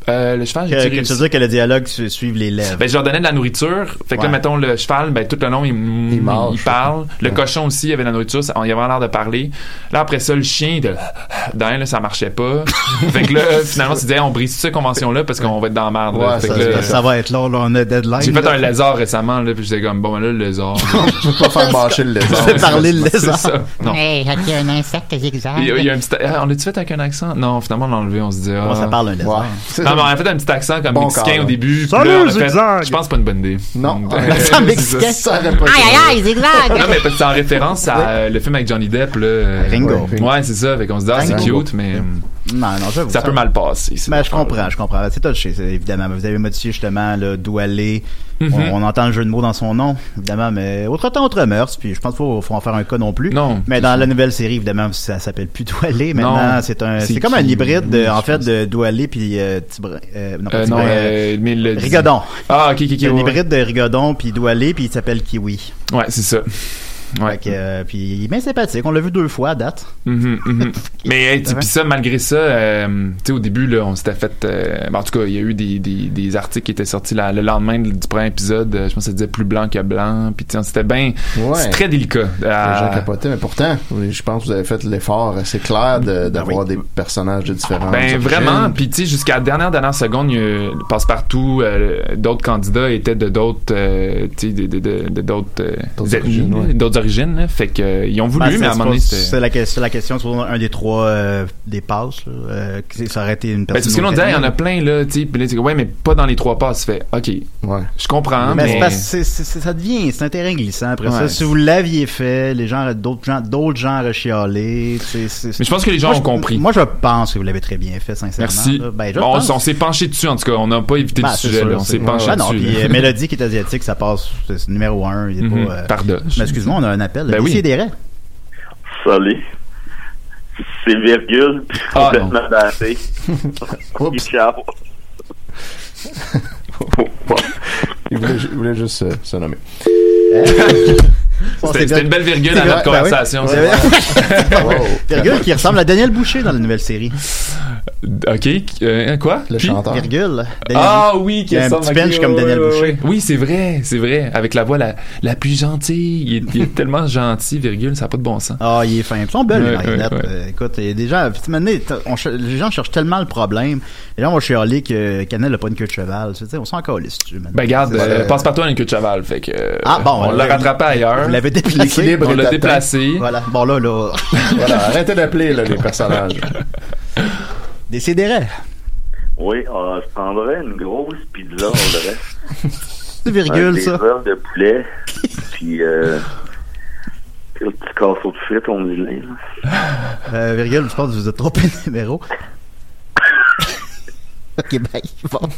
j'ai tiré. Tu veux dire que le dialogue suive les lèvres? Ben, je leur donnais de la nourriture. Fait que là, mettons, le cheval, ben, tout le long, il parle. Le cochon aussi, il avait de la nourriture. Il avait l'air de parler. Là, après ça, le chien, là, ça marchait pas. Fait que là, finalement, on s'est dit, on brise cette convention-là parce qu'on va être dans la merde. Ouais, ça va être long, là, on a deadline. J'ai fait un lézard récemment, là, puis j'étais comme, bon, là, le lézard. Je peux pas faire bâcher le lézard. Je vais parler le lézard. C'est ça. Non. Hey, as-tu un insecte Zigzag? Il y a un petit, on l'a-tu fait avec un accent? Non, finalement, on l'a enlevé, on se dit, ça parle un lézard. Non, mais on a fait un petit accent comme mexicain au début. Salut, Zigzag! Je pense que c'est pas une bonne idée. Non. L'accent mexicain, ça aurait pas été. Aïe, Zigzag! Non, mais c'est en référence à le film avec Johnny Depp, là. Ringo. Ouais, c'est ça. Fait qu'on se dit, c'est cute, mais. Non, j'avoue. Ça peut mal passer. Mais je comprends. C'est touché, évidemment. Vous avez modifié justement, là, d'où aller. On entend le jeu de mots dans son nom, évidemment, mais autre temps, autre mœurs, puis je pense qu'il faut en faire un cas non plus. Non. Mais dans la nouvelle série, évidemment, ça s'appelle plus d'où aller. Maintenant, c'est comme un hybride, en fait, de d'où aller puis Rigodon. Ah, ok. C'est un hybride de Rigodon puis d'où aller, puis il s'appelle Kiwi. Ouais, c'est ça. Ouais. Puis il est bien sympathique. On l'a vu 2 fois à date. Mais puis ça, malgré ça, tu sais, au début là, on s'était fait. En tout cas, il y a eu des articles qui étaient sortis le lendemain du premier épisode. Je pense que ça disait plus blanc que blanc. Puis c'était bien. C'est très délicat. Les gens capotaient, mais pourtant, je pense que vous avez fait l'effort assez clair d'avoir des personnages de différents. Ben vraiment. Puis tu sais, jusqu'à la dernière seconde, Passe-Partout, d'autres candidats étaient de d'autres, tu sais, de d'autres origines, là. Fait que ils ont voulu, mais à un moment donné, c'est la question sur un des 3 des passes, là, ça aurait été une personne. C'est ce que l'on disait, il y en a plein, là, tu sais, puis là, ouais, mais pas dans les 3 passes. Fait, ok, je comprends, mais c'est parce que ça devient, c'est un terrain glissant. Après ça, si vous l'aviez fait, d'autres gens auraient chialé. Mais je pense que les gens ont compris. Moi, je pense que vous l'avez très bien fait, sincèrement. Merci. On s'est penché dessus, en tout cas, on n'a pas évité le sujet, là, on s'est penché dessus. Non, puis Mélodie qui est asiatique, ça passe, c'est numéro 1. Pardon. Mais excuse-moi, on a un appel. Ben oui. Salut. C'est virgule, puis complètement daté. Ciao. Il voulait juste se nommer. C'était une belle virgule à notre conversation. Virgule qui ressemble à Daniel Boucher dans la nouvelle série. Ok, quoi? Le chanteur. Virgule. Oui, qui a un petit pinch comme Daniel Boucher. Oui, c'est vrai. Avec la voix la plus gentille. Il est tellement gentil, virgule, ça n'a pas de bon sens. Il est fin. Ils sont belles, les marionnettes. Écoute, il y a des gens, les gens cherchent tellement le problème. Les gens vont chialer que Canel n'a pas une queue de cheval. Tu sais, on s'en calisse. Ben, regarde, Passe-Partout a une queue de cheval. Fait que. On l'a rattrapé ailleurs. Vous l'avez déplacé. On l'a déplacé. Voilà. Bon, là. Voilà, arrêtez d'appeler, là, les personnages. Décidérez. Oui, je prendrais une grosse pizza, on le reste. C'est virgule, ça. Des œufs de poulet, puis un petit casseau de frites, on dit là. Virgule, je pense que vous êtes trompé de numéro. Ok, bye. Bon.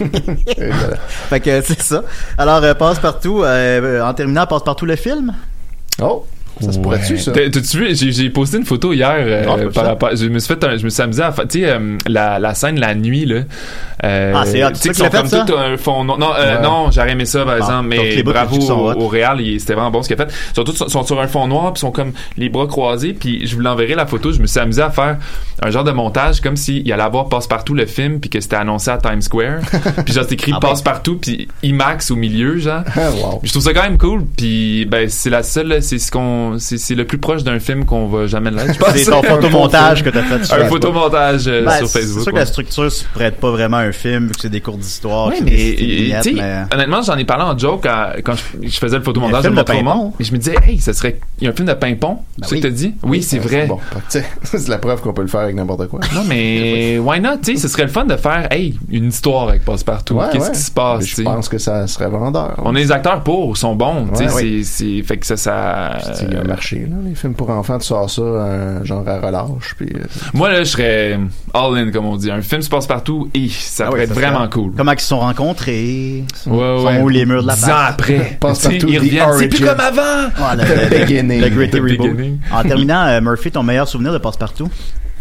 Fait que c'est ça. Alors, Passe-Partout, en terminant, Passe-Partout le film. Oh! Ça se pourrait-tu, ça? T'as-tu vu? J'ai posté une photo hier par rapport. Je me suis amusé à faire. Tu sais, la scène la nuit, là. C'est hot. Tu sais qu'ils comme tout un fond. Non, j'aurais aimé ça, par exemple, mais bravo au Réal, c'était vraiment bon ce qu'il a fait. Surtout, ils sont sur un fond noir, puis sont comme les bras croisés, puis je vous l'enverrai la photo. Je me suis amusé à faire un genre de montage comme s'il allait avoir Passe-Partout le film, puis que c'était annoncé à Times Square. Puis genre, c'est écrit Passe-Partout, puis IMAX au milieu, genre. Wow. Je trouve ça quand même cool, puis ben, c'est la seule, c'est le plus proche d'un film qu'on va jamais l'être. C'est ton photomontage que t'as fait sur un photomontage sur Facebook. C'est sûr que la structure se prête pas vraiment à un film, vu que c'est des cours d'histoire. Oui, mais honnêtement, j'en ai parlé en joke quand je faisais le photomontage de mon roman. Et je me disais, hey, il y a un film de Pimpon. C'est ce que t'as dit? Oui, c'est vrai. Bon, c'est la preuve qu'on peut le faire avec n'importe quoi. Non, mais why not? Tu sais, ce serait le fun de faire, une histoire avec Passe-Partout. Qu'est-ce qui se passe? Je pense que ça serait vendeur. On a les acteurs sont bons. Tu sais, fait que ça. Il y a un marché, là. Les films pour enfants, tu sors ça, genre à relâche. Puis, moi, là, je serais all-in, comme on dit. Un film se passe partout et ça pourrait être vraiment cool. Comment ils se sont rencontrés? Sont où les murs de la base? 10 ans après. Passe-Partout, ils reviennent. C'est plus comme avant! Le Gritty Reboot. En terminant, Murphy, ton meilleur souvenir de Passe-Partout?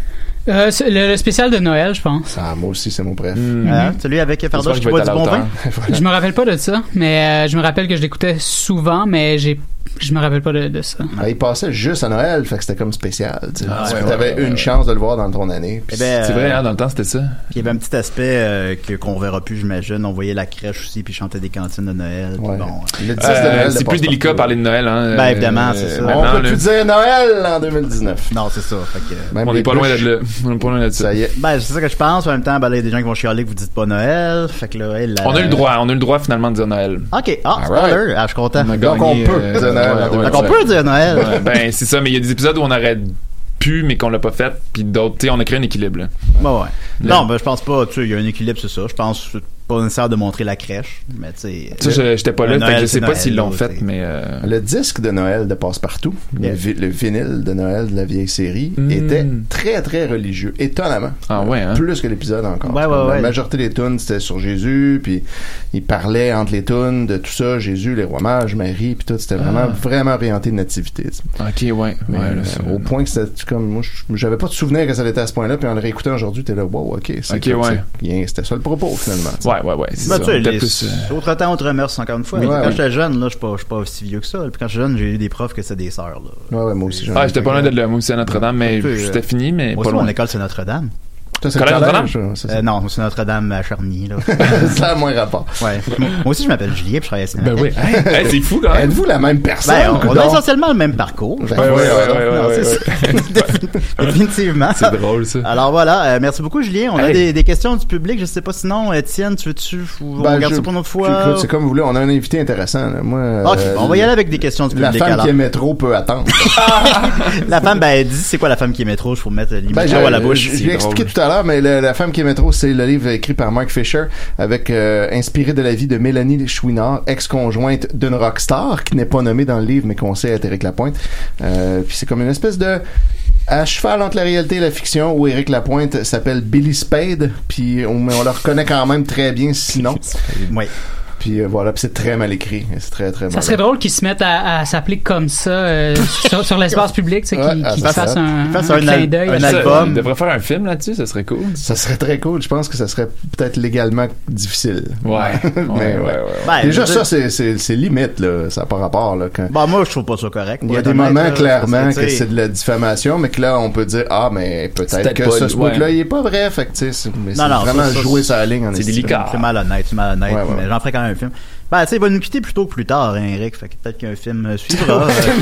Le spécial de Noël, je pense. Moi aussi, c'est mon préf. Celui avec Fardoche qui boit du bon vin? Je me rappelle pas de ça, mais je me rappelle que je l'écoutais souvent, mais je me rappelle pas de ça. Il passait juste à Noël, fait que c'était comme spécial. Tu avais une chance de le voir dans ton année. C'est vrai, dans le temps, c'était ça. Il y avait un petit aspect qu'on verra plus, j'imagine. On voyait la crèche aussi, puis chantait des cantines de Noël. Bon, le 10 de Noël, c'est plus délicat de parler de Noël. Hein, évidemment, c'est ça. On peut plus dire Noël en 2019. Non, c'est ça. Fait que, on n'est pas loin d'être là. On est pas loin d'être ça. Ça y est. C'est ça que je pense. En même temps, il y a des gens qui vont chialer que vous dites pas Noël. Fait que là, on a eu le droit finalement de dire Noël. OK. Spoiler. Je suis content. Donc on peut dire Noël. Donc on peut dire Noël. Ben, c'est ça, mais il y a des épisodes où on aurait pu, mais qu'on l'a pas fait, puis d'autres, tu sais, on a créé un équilibre, là. Non, je pense pas, tu sais, il y a un équilibre, c'est ça. Je pense pas nécessaire de montrer la crèche, mais tu sais. Ça, j'étais pas là, fait que je sais pas s'ils l'ont fait, mais. Le disque de Noël de Passe-Partout, le vinyle de Noël de la vieille série, était très, très religieux, étonnamment. Ah ouais, hein? Plus que l'épisode encore. La majorité des tunes, c'était sur Jésus, puis il parlait entre les tunes de tout ça, Jésus, les rois mages, Marie, puis tout. C'était vraiment orienté de nativité. Ok, ouais. Mais, au point que c'était comme, moi, j'avais pas de souvenir que ça était à ce point-là, puis en le réécoutant aujourd'hui, t'es là, wow, ok, c'était ça le propos, finalement. Ouais. C'est ça. Autre temps, autre mœurs, encore une fois. Quand j'étais jeune, là, je suis pas aussi vieux que ça. Puis quand j'étais jeune, j'ai eu des profs que c'était des sœurs. Ouais, moi aussi. J'étais pas loin d'être là. Moi aussi à Notre-Dame, mais c'était fini, mais pas loin. Mon école, c'est Notre-Dame. C'est Notre-Dame? Non, c'est Notre-Dame à Charny, là. Ça a moins rapport. Ouais. Moi aussi, je m'appelle Julien, puis je travaille à Cinéma. Ben oui. C'est fou, quand même. Êtes-vous la même personne? On a essentiellement le même parcours. Ouais. Définitivement. C'est drôle, ça. Alors voilà, merci beaucoup, Julien. On a des questions du public. Je sais pas sinon, Étienne, tu veux-tu on regarde ça pour une autre fois? C'est comme vous voulez. On a un invité intéressant. Moi, OK, on va y aller avec des questions du public. La femme qui est métro peut attendre. La femme, dis c'est quoi la femme qui est métro? Je faut mettre l'image à la bouche. Je l'ai expliqué tout à l'heure, mais la femme qui est métro, c'est le livre écrit par Mark Fisher, avec inspiré de la vie de Mélanie Chouinard, ex-conjointe d'une rockstar, qui n'est pas nommée dans le livre, mais qu'on sait être Éric Lapointe. Puis c'est comme une espèce de à cheval entre la réalité et la fiction, où Éric Lapointe s'appelle Billy Spade, puis on le reconnaît quand même très bien sinon. Oui. Puis voilà, puis c'est très mal écrit. C'est très, très mal. Ça serait drôle qu'ils se mettent à s'appeler comme ça sur l'espace public, tu sais, qu'ils fassent un clin d'œil. Un album. Ils devraient faire un film là-dessus, ça serait cool. Ça serait très cool. Je pense que ça serait peut-être légalement difficile. Ouais. Mais déjà, ça, c'est limite, là. Ça n'a pas rapport, là. Moi, je trouve pas ça correct. Il y a des moments, clairement, que c'est de la diffamation, mais que là, on peut dire, mais peut-être que ce spot-là, il est pas vrai. Fait que, tu sais, c'est vraiment jouer sa ligne en c'est délicat. C'est malhonnête. Mais j'en ferais quand même un film. Tu sais, il va nous quitter plutôt que plus tard, hein, Eric. Fait que peut-être qu'un film suivra.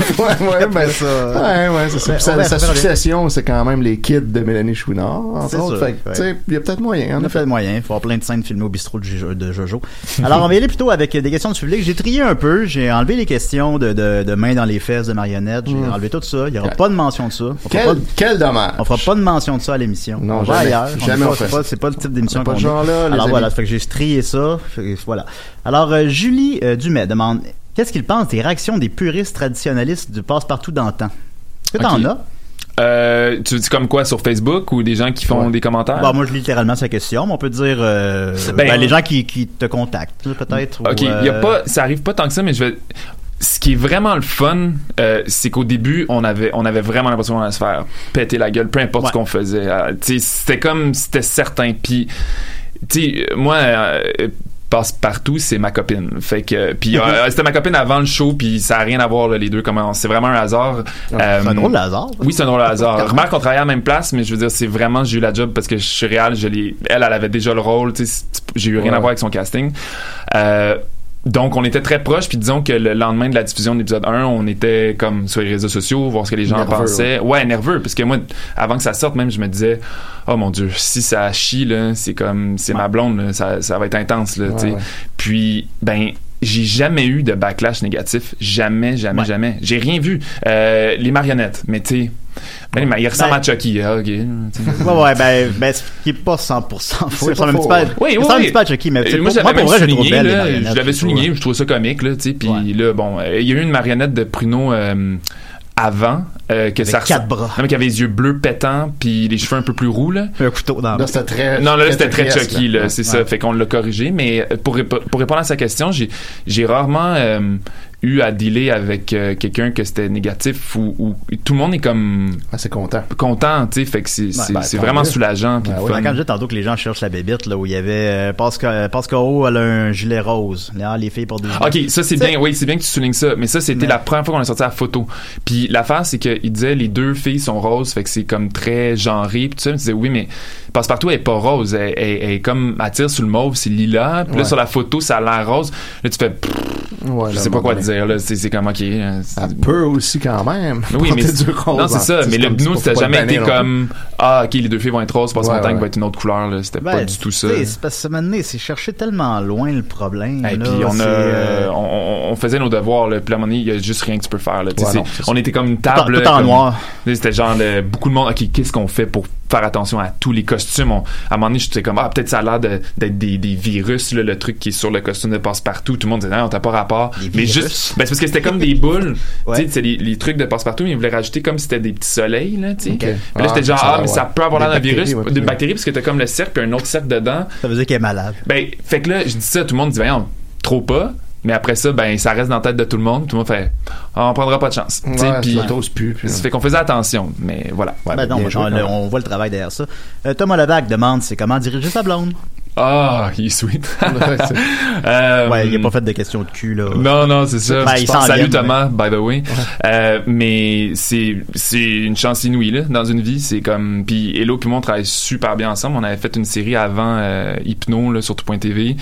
c'est ça. Sa succession, c'est quand même les kids de Mélanie Chouinard, entre autres. Fait que, tu sais, il y a peut-être moyen. Il y a peut-être moyen. Il faut avoir plein de scènes filmées au bistrot de Jojo. Alors, on va y aller plutôt avec des questions du public. J'ai trié un peu. J'ai enlevé les questions de main dans les fesses de marionnettes. J'ai enlevé tout ça. Il n'y aura pas de mention de ça. Quel dommage. On fera pas de mention de ça à l'émission. Non, on va ailleurs. Jamais on fait ça. C'est pas le type d'émission qu'on a. Alors voilà, fait que j'ai trié ça. Voilà. Alors, Julie Dumais demande qu'est-ce qu'il pense des réactions des puristes traditionnalistes du passe-partout d'antan. Est-ce que t'en as? Tu dis comme quoi sur Facebook ou des gens qui font des commentaires? Moi je lis littéralement sa question, mais on peut dire les gens qui te contactent peut-être. OK, ça arrive pas tant que ça, mais ce qui est vraiment le fun, c'est qu'au début, on avait vraiment l'impression qu'on allait se faire péter la gueule, peu importe ce qu'on faisait. C'était certain. Puis, moi, Passe-Partout, c'est ma copine. Fait que, puis c'était ma copine avant le show, puis ça a rien à voir là, les deux. C'est vraiment un hasard. C'est un drôle de hasard. Oui, c'est un drôle de hasard. Remarque qu'on travaillait à la même place, mais je veux dire, c'est vraiment, j'ai eu la job parce que je suis réel. Elle avait déjà le rôle. J'ai eu rien à voir avec son casting. Donc, on était très proches, puis disons que le lendemain de la diffusion de l'épisode 1, on était comme sur les réseaux sociaux, voir ce que les gens pensaient. Ouais, nerveux, parce que moi, avant que ça sorte, même, je me disais, oh mon Dieu, si ça chie, là, c'est ma blonde, là, ça va être intense, là, tu sais. Puis, j'ai jamais eu de backlash négatif. Jamais. J'ai rien vu. Les marionnettes, mais tu sais, il ressemble à Chucky. OK. Ce qui est pas 100% faux. Il ressemble un petit peu à Chucky, mais moi, pour vrai, je trouve belle. Je l'avais souligné, je trouvais ça comique, là, tu sais. Puis là, bon, il y a eu une marionnette de Pruneau avant que ça 4 bras. Non, mais qui avait les yeux bleus pétants puis les cheveux un peu plus roux là. Un couteau dans. Là, c'était très. Non, là c'était très Chucky là, c'est ça. Fait qu'on l'a corrigé, mais pour répondre à sa question, j'ai rarement eu à dealer avec quelqu'un que c'était négatif ou tout le monde est comme c'est content, tu sais, fait que c'est vraiment soulageant puis fun. Quand je disais tantôt que les gens cherchent la bébite là où il y avait Pascal, elle a un gilet rose, les filles pour des OK, ça c'est bien, oui, c'est bien que tu soulignes ça, mais ça c'était la première fois qu'on a sorti la photo. Puis l'affaire c'est que il disait les deux filles sont roses, fait que c'est comme très genré, puis tout ça, il disait oui mais Passe-Partout elle est pas rose, elle est comme elle tire sur le mauve, c'est lilas, puis là sur la photo ça a l'air rose. Là tu fais je sais pas quoi te dire là, c'est comme OK. Ça peut aussi quand même. Oui, mais non, c'est ça, mais nous ça n'a jamais été comme OK, les deux filles vont être roses, Passe-Montagne va être une autre couleur là, c'était pas du tout ça. C'est parce que maintenant c'est chercher tellement loin le problème et puis on faisait nos devoirs là, puis à un moment donné, il y a juste rien que tu peux faire là, on était comme une table tout en noir. C'était genre beaucoup de monde, OK, qu'est-ce qu'on fait pour faire attention à tous les costumes. À un moment donné, j'étais comme peut-être ça a l'air d'être des virus là, le truc qui est sur le costume de Passe-Partout. Tout le monde disait non, t'as pas rapport. Mais juste c'est parce que c'était comme des boules. Tu sais, c'est les trucs de Passe-Partout, mais ils voulaient rajouter comme si c'était des petits soleils là, tu sais. Okay. Mais là j'étais genre mais ça peut avoir l'air d'un virus, d'une bactérie parce que t'as comme le cercle puis un autre cercle dedans. Ça veut dire qu'elle est malade. Fait que là, je dis ça, tout le monde dit trop pas. Mais après ça, ça reste dans la tête de tout le monde. Tout le monde fait on prendra pas de chance. Puis ça fait qu'on faisait attention. Mais voilà. On voit le travail derrière ça. Thomas Levac demande c'est comment diriger sa blonde. Ah, il est sweet. Il a pas fait de question de cul là. Non, c'est ça. Salut Thomas, by the way. Mais c'est une chance inouïe là dans une vie. C'est comme puis Hello puis moi on travaille super bien ensemble. On avait fait une série avant Hypno là sur tout.tv.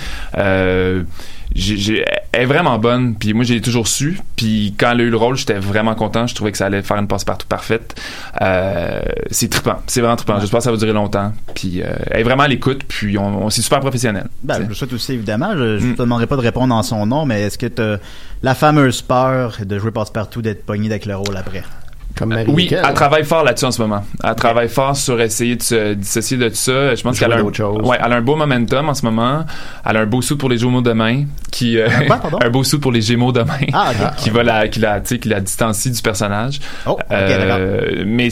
Elle est vraiment bonne, puis moi j'ai toujours su, puis quand elle a eu le rôle j'étais vraiment content, je trouvais que ça allait faire une Passe-Partout parfaite. C'est trippant, c'est vraiment trippant, j'espère que ça va durer longtemps, puis elle est vraiment à l'écoute, puis on c'est super professionnel. Je le souhaite aussi évidemment, je te demanderai pas de répondre en son nom, mais est-ce que t'as la fameuse peur de jouer Passe-Partout, d'être pogné avec le rôle après? Oui, elle travaille fort là-dessus en ce moment. Elle travaille fort sur essayer de se dissocier de tout ça. Je pense qu'elle a elle a un beau momentum en ce moment. Elle a un beau suit pour les Gémeaux demain, un beau suit pour les Gémeaux demain, qui la distancie du personnage. Mais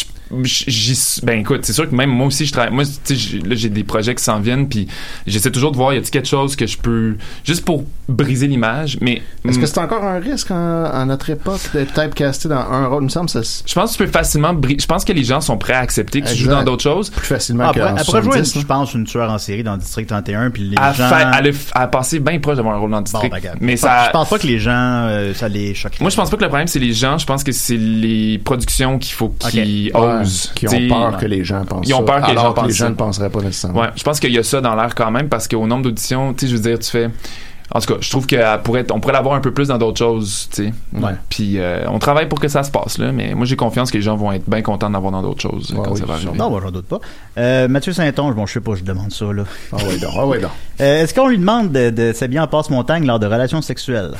écoute, c'est sûr que même moi aussi je travaille. Moi, là j'ai des projets qui s'en viennent, puis j'essaie toujours de voir y a-t-il quelque chose que je peux juste pour briser l'image. Mais est-ce que c'est encore un risque à notre époque d'être typecasté dans un rôle? Il me semble ça. Je pense que tu peux facilement. Je pense que les gens sont prêts à accepter que tu joues dans d'autres choses plus facilement. Après jouer, je pense une tueur en série dans District 31, puis les gens. Elle a passé bien proche d'avoir un rôle dans District. Mais ça. Je pense pas que les gens ça les choque. Moi, je pense pas que le problème c'est les gens. Je pense que c'est les productions qu'il faut qu'ils osent. Qui ont peur que les gens pensent. Ils ont peur que les gens ne penseraient pas nécessairement. Ouais, je pense qu'il y a ça dans l'air quand même parce qu'au nombre d'auditions, tu sais, je veux dire, tu fais. En tout cas, je trouve qu'on pourrait l'avoir un peu plus dans d'autres choses, tu sais. Ouais. Puis on travaille pour que ça se passe là, mais moi j'ai confiance que les gens vont être bien contents d'avoir dans d'autres choses quand ça va arriver. Non, j'en doute pas. Mathieu Saint-Onge, je sais pas, je demande ça là. Donc. Est-ce qu'on lui demande de s'habiller en Passe-Montagne lors de relations sexuelles?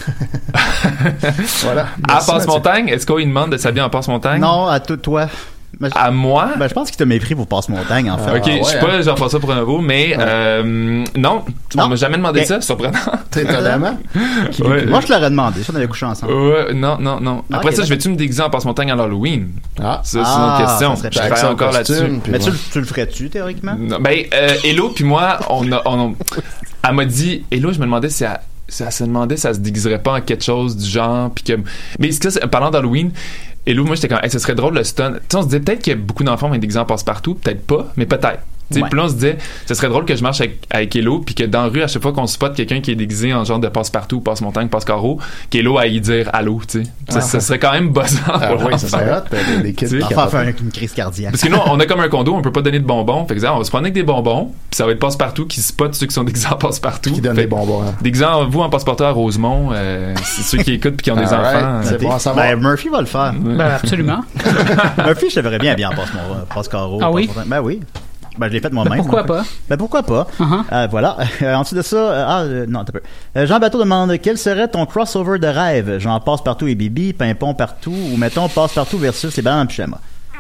Voilà. À Passe-Montagne, est-ce qu'on lui demande de s'habiller en Passe-Montagne? Non, à toi. À moi? Je pense qu'il t'a mépris pour Passe-Montagne, en fait. Ok, je sais pas, j'en passe ça pour un veau, mais non, on m'a jamais demandé ça, surprenant. Étonnamment. Moi, je te l'aurais demandé, si on avait couché ensemble. Non. Après ça, je vais-tu me déguiser en Passe-Montagne à l'Halloween? Ça, c'est une autre question. Je travaille encore là-dessus. Mais tu le ferais-tu, théoriquement? Non, Hello puis moi, elle m'a dit, Hello, je me demandais si ça se demandait si ça se déguiserait pas en quelque chose du genre, puis que... Mais parlant d'Halloween, Hello, moi j'étais comme, ce serait drôle le stun. Tu sais, on se disait peut-être qu'il y a beaucoup d'enfants qui vont être déguisés en passe-partout, peut-être pas, mais peut-être. Puis là, on se disait, ce serait drôle que je marche avec Hello, puis que dans la rue, à chaque fois qu'on spot quelqu'un qui est déguisé en genre de passe-partout, passe-montagne, passe-carreau, qu'Hello aille dire allô, tu sais. Ça serait quand même buzzant pour ça serait hot, les kids. L'enfant fait une crise cardiaque. Parce que nous, on a comme un condo, on peut pas donner de bonbons. Fait que on va se prendre avec des bonbons, puis ça va être passe-partout qui spot ceux qui sont déguisés en passe-partout. Qui donnent des bonbons. Hein. Déguisés vous en passe-partout à Rosemont, c'est ceux qui écoutent puis qui ont des enfants. C'est bon à savoir. Ben, Murphy va le faire. Ben, absolument. Murphy, je te verrais bien en passe-carreau. Ah oui? Ben oui. Ben, je l'ai fait moi-même. Pourquoi pas? Ben, pourquoi pas? Voilà. Ensuite de ça, non, t'as peu. Jean Bateau demande, quel serait ton crossover de rêve? Genre Passe-Partout et Bibi, Pimpon partout, ou mettons Passe-Partout versus les bananes en pyjama?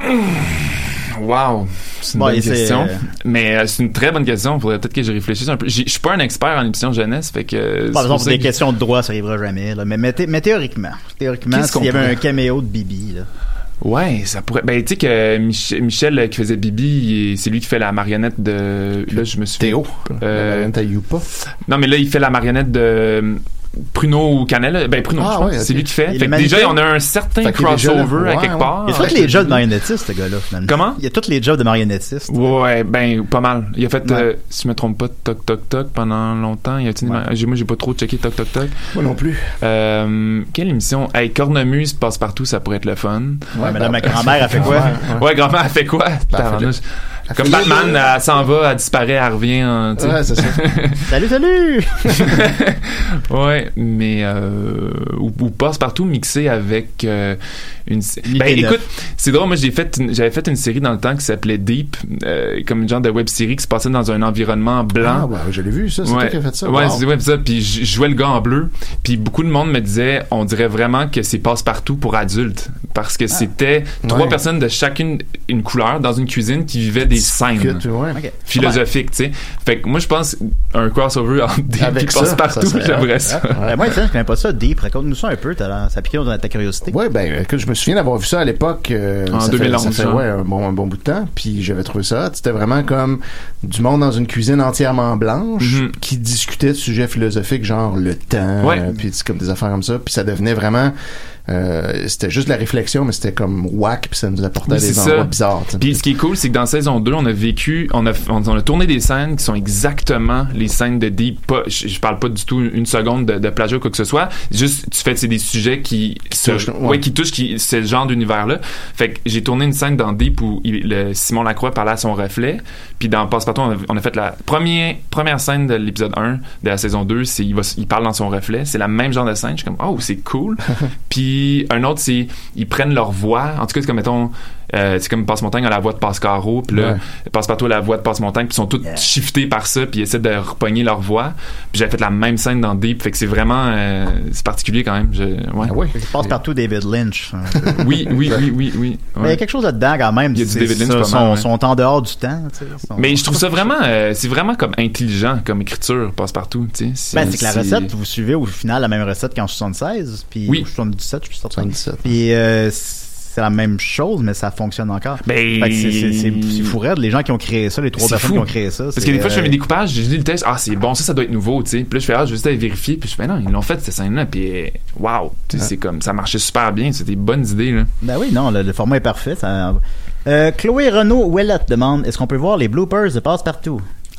Wow, c'est une bonne question. Mais c'est une très bonne question. Faudrait peut-être que j'y réfléchisse un peu. Je suis pas un expert en émission jeunesse, fait que... Par exemple, pour des questions de droit, ça arrivera jamais, là. Mais théoriquement, s'il y avait un caméo de Bibi, là. Ouais, ça pourrait. Ben, tu sais que Michel qui faisait Bibi, c'est lui qui fait la marionnette de. Là, je me suis. Théo. La marionnette à Youpa. Non, mais là, il fait la marionnette de Pruneau ou Canel. Ben, Pruneau, je pense. C'est lui qui fait. Fait que déjà, on a un certain crossover à quelque part. Il y a tous les jobs de marionnettiste, ce gars-là, finalement. Comment? Il y a tous les jobs de marionnettiste. Ouais, ben, pas mal. Il a fait, si je me trompe pas, Toc Toc Toc pendant longtemps. Moi, j'ai pas trop checké Toc Toc Toc. Moi non plus. Quelle émission? Hey, Cornemuse passe-partout, ça pourrait être le fun. Ouais, mais là, ma grand-mère a fait quoi? Ouais, grand-mère a fait quoi? Comme Batman, elle s'en va, elle disparaît, elle revient. Ouais, c'est ça. Salut! Ouais, mais ou passe-partout mixé avec une... Ben écoute, c'est drôle, moi j'avais fait une série dans le temps qui s'appelait Deep, comme une genre de web-série qui se passait dans un environnement blanc. Ah ouais, je l'ai vu, ça, c'est toi qui as fait ça. Ouais, wow. c'est ça, puis je jouais le gars en bleu, puis beaucoup de monde me disait, on dirait vraiment que c'est passe-partout pour adultes, parce que c'était 3 personnes de chacune une couleur dans une cuisine qui vivaient des scènes philosophiques, tu sais. Fait que moi, je pense un crossover entre Deep et passe-partout, j'aimerais ça. Moi, je connais pas ça, Deep. Raconte-nous ça un peu, ça pique dans ta curiosité. Ouais, ben, écoute, je me souviens d'avoir vu ça à l'époque. En 2011. Ça fait un bon bout de temps, puis j'avais trouvé ça. C'était vraiment comme du monde dans une cuisine entièrement blanche qui discutait de sujets philosophiques, genre le temps, puis comme des affaires comme ça, puis ça devenait vraiment... c'était juste de la réflexion, mais c'était comme whack, puis ça nous apportait des endroits bizarres. Puis ce qui est cool, c'est que dans saison 2, on a tourné des scènes qui sont exactement les scènes de Deep. Je parle pas du tout une seconde de plagiat ou quoi que ce soit. Juste, c'est des sujets qui touchent, c'est le genre d'univers-là. Fait que j'ai tourné une scène dans Deep où Simon Lacroix parlait à son reflet. Puis dans Passe-Partout, on a fait la première scène de l'épisode 1 de la saison 2, c'est il parle dans son reflet. C'est la même genre de scène. Je suis comme, oh, c'est cool. Puis un autre, c'est ils prennent leur voix. En tout cas, c'est comme, mettons, c'est comme Passe-Montagne a la voix de Passe-Carreau, puis là, Passe-Partout a la voix de Passe-Montagne, puis ils sont tous shiftés par ça, puis ils essaient de repogner leur voix. Puis j'avais fait la même scène dans Deep, fait que c'est vraiment c'est particulier quand même. Passe-Partout David Lynch. Oui. Mais il y a quelque chose là-dedans quand même. Il y a du David Lynch sont en dehors du temps. Mais je trouve ça vraiment, c'est vraiment comme intelligent comme écriture, Passe-Partout. C'est que la recette, vous suivez au final la même recette qu'en 76, puis 77, je suis sorti. 77. Puis c'est la même chose, mais ça fonctionne encore. C'est fou raide. Les gens qui ont créé ça, les 3 personnes qui ont créé ça. Parce que des fois, je fais mes découpages, je lis le texte, c'est bon, ça doit être nouveau, tu sais. Puis là, je fais, je vais juste aller vérifier, puis je fais, non, ils l'ont fait, cette scène-là, puis waouh, c'est comme, ça marchait super bien, c'était des bonnes idées, là. Ben oui, non, le format est parfait. Chloé Renaud-Ouellette demande, est-ce qu'on peut voir les bloopers de Passe-Partout?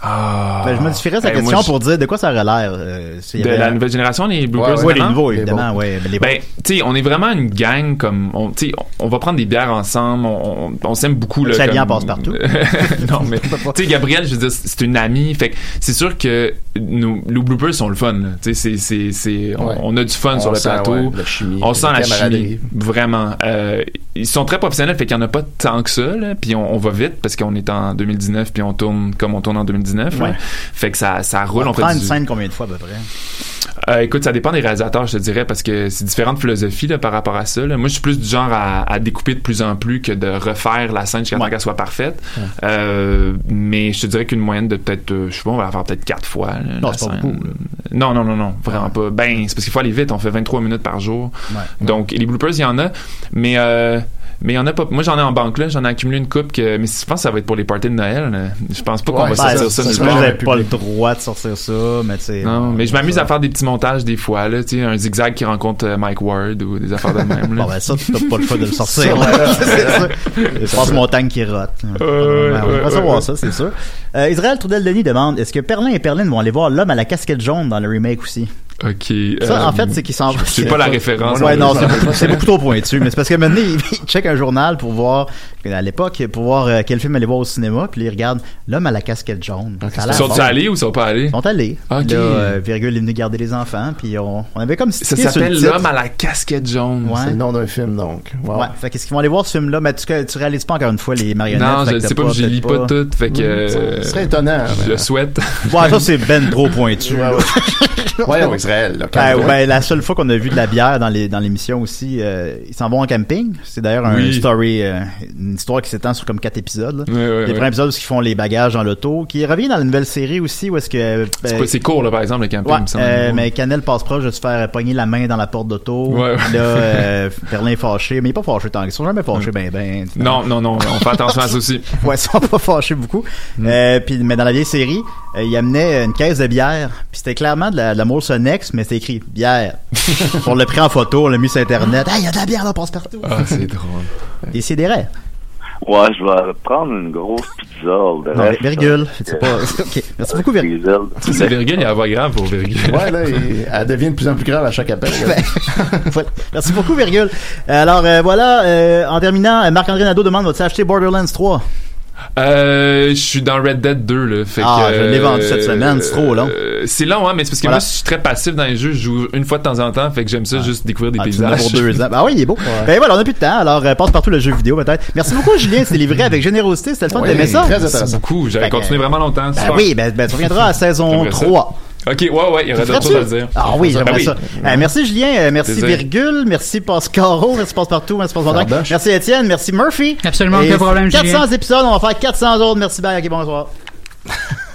Je modifierais sa question pour dire de quoi ça aurait l'air. De la nouvelle génération, les bloopers. Oui, les nouveaux, évidemment. Tu sais, on est vraiment une gang comme, on va prendre des bières ensemble, on s'aime beaucoup. Ça bien Passe-Partout. Non, mais tu sais, Gabrielle, je veux dire, c'est une amie. Fait que c'est sûr que nos bloopers sont le fun. Tu sais, on a du fun sur le plateau. La chimie, on sent la chimie. Vraiment. Ils sont très professionnels, fait qu'il n'y en a pas tant que ça. Puis on va vite parce qu'on est en 2019 puis on tourne comme on tourne en 2019. Fait que ça roule. On prend une scène combien de fois à peu près? Écoute, ça dépend des réalisateurs, je te dirais, parce que c'est différentes philosophies là, par rapport à ça. Là. Moi, je suis plus du genre à découper de plus en plus que de refaire la scène jusqu'à temps qu'elle soit parfaite. Mais je te dirais qu'une moyenne de peut-être, je sais pas, on va la faire peut-être 4 fois. Là, non, c'est pas beaucoup. Non, vraiment pas. Ben, c'est parce qu'il faut aller vite. On fait 23 minutes par jour. Donc, les bloopers, il y en a. Mais Mais il y en a pas. Moi, j'en ai en banque, là. J'en ai accumulé une coupe mais je pense que ça va être pour les parties de Noël. Là. Je pense pas qu'on va sortir ça. Vous n'avez pas le droit de sortir ça, mais tu sais. Non, mais je m'amuse à faire des petits montages des fois, là. Tu sais, un zigzag qui rencontre Mike Ward ou des affaires de même, là. Bon, ben ça, t'as pas le choix de le sortir. C'est ça. Je pense montagne qui rote. On va savoir ça, c'est sûr. Israël Trudel-Denis demande, est-ce que Perlin et Perline vont aller voir l'homme à la casquette jaune dans le remake aussi? Ok. Ça, en fait, c'est qu'ils s'en vont. C'est pas la référence. Ouais, non, c'est beaucoup trop pointu. Mais c'est parce que maintenant, ils checkent un journal pour voir, à l'époque, pour voir quel film aller voir au cinéma. Puis ils regardent l'homme à la casquette jaune. Ils sont allés ou ils sont pas allés? Ils sont allés. Ok. Là, Virgule est venu garder les enfants. Puis on avait comme ça s'appelle l'homme à la casquette jaune. Ouais. C'est le nom d'un film, donc. Wow. Ouais. Fait qu'est-ce qu'ils vont aller voir ce film-là? Mais tu réalises pas encore une fois les marionnettes. Non, je sais pas, je lis pas tout. Fait que. Ce serait étonnant. Je le souhaite. Ouais, ça, c'est ben trop pointu. Ouais, au Israël, là. Ben, la seule fois qu'on a vu de la bière dans l'émission aussi, ils s'en vont en camping. C'est d'ailleurs une histoire qui s'étend sur comme 4 épisodes. Les premiers épisodes où ils font les bagages dans l'auto, qui revient dans la nouvelle série aussi où est-ce que c'est court là par exemple le camping. Mais Canel passe proche de se faire pogner la main dans la porte d'auto. Ouais. Là, Perlin est fâché, mais il est pas fâché tant qu'ils sont jamais fâchés ben. Non, on fait attention à ça aussi. Ouais, ils sont pas fâchés beaucoup. Puis mais dans la vieille série, il amenait une caisse de bière, puis c'était clairement de la Molson Next, mais c'était écrit bière. On l'a pris en photo, on l'a mis sur internet. Ah, il y a de la bière là, passe partout. Ah, c'est drôle. Décidérez. Ouais, je vais prendre une grosse pizza. Non, virgule. C'est pas. Ok. Merci beaucoup, virgule. C'est virgule, il y a la voix grave pour virgule. Ouais, là, elle devient de plus en plus grave à chaque appel. Voilà. Merci beaucoup, virgule. Alors, voilà, en terminant, Marc-André Nadeau demande, vas-tu acheter Borderlands 3? Je suis dans Red Dead 2 là. Fait que, je l'ai vendu cette semaine, c'est trop long. C'est long, hein, mais c'est parce que moi je suis très passif dans les jeux, je joue une fois de temps en temps, fait que j'aime ça juste découvrir des paysages. Pour 2 ans. Ah oui, il est beau. Ben voilà, on a plus de temps, alors passe partout le jeu vidéo peut-être. Merci beaucoup Julien, c'est livré avec générosité, c'était le fun, t'aimais ça? Très intéressant. Beaucoup, j'avais continué vraiment longtemps. Oui, tu reviendras à saison 3. Ok, ouais, il y aurait d'autres choses à dire. Ah oui, j'aimerais ça. Merci Julien, merci Virgule, merci Pascaro, merci Passe-Partout, merci Passe-Partout. Merci Étienne, merci Murphy. Absolument, aucun problème, Julien. 400 épisodes, on va faire 400 autres. Merci, bye, ok, bonsoir.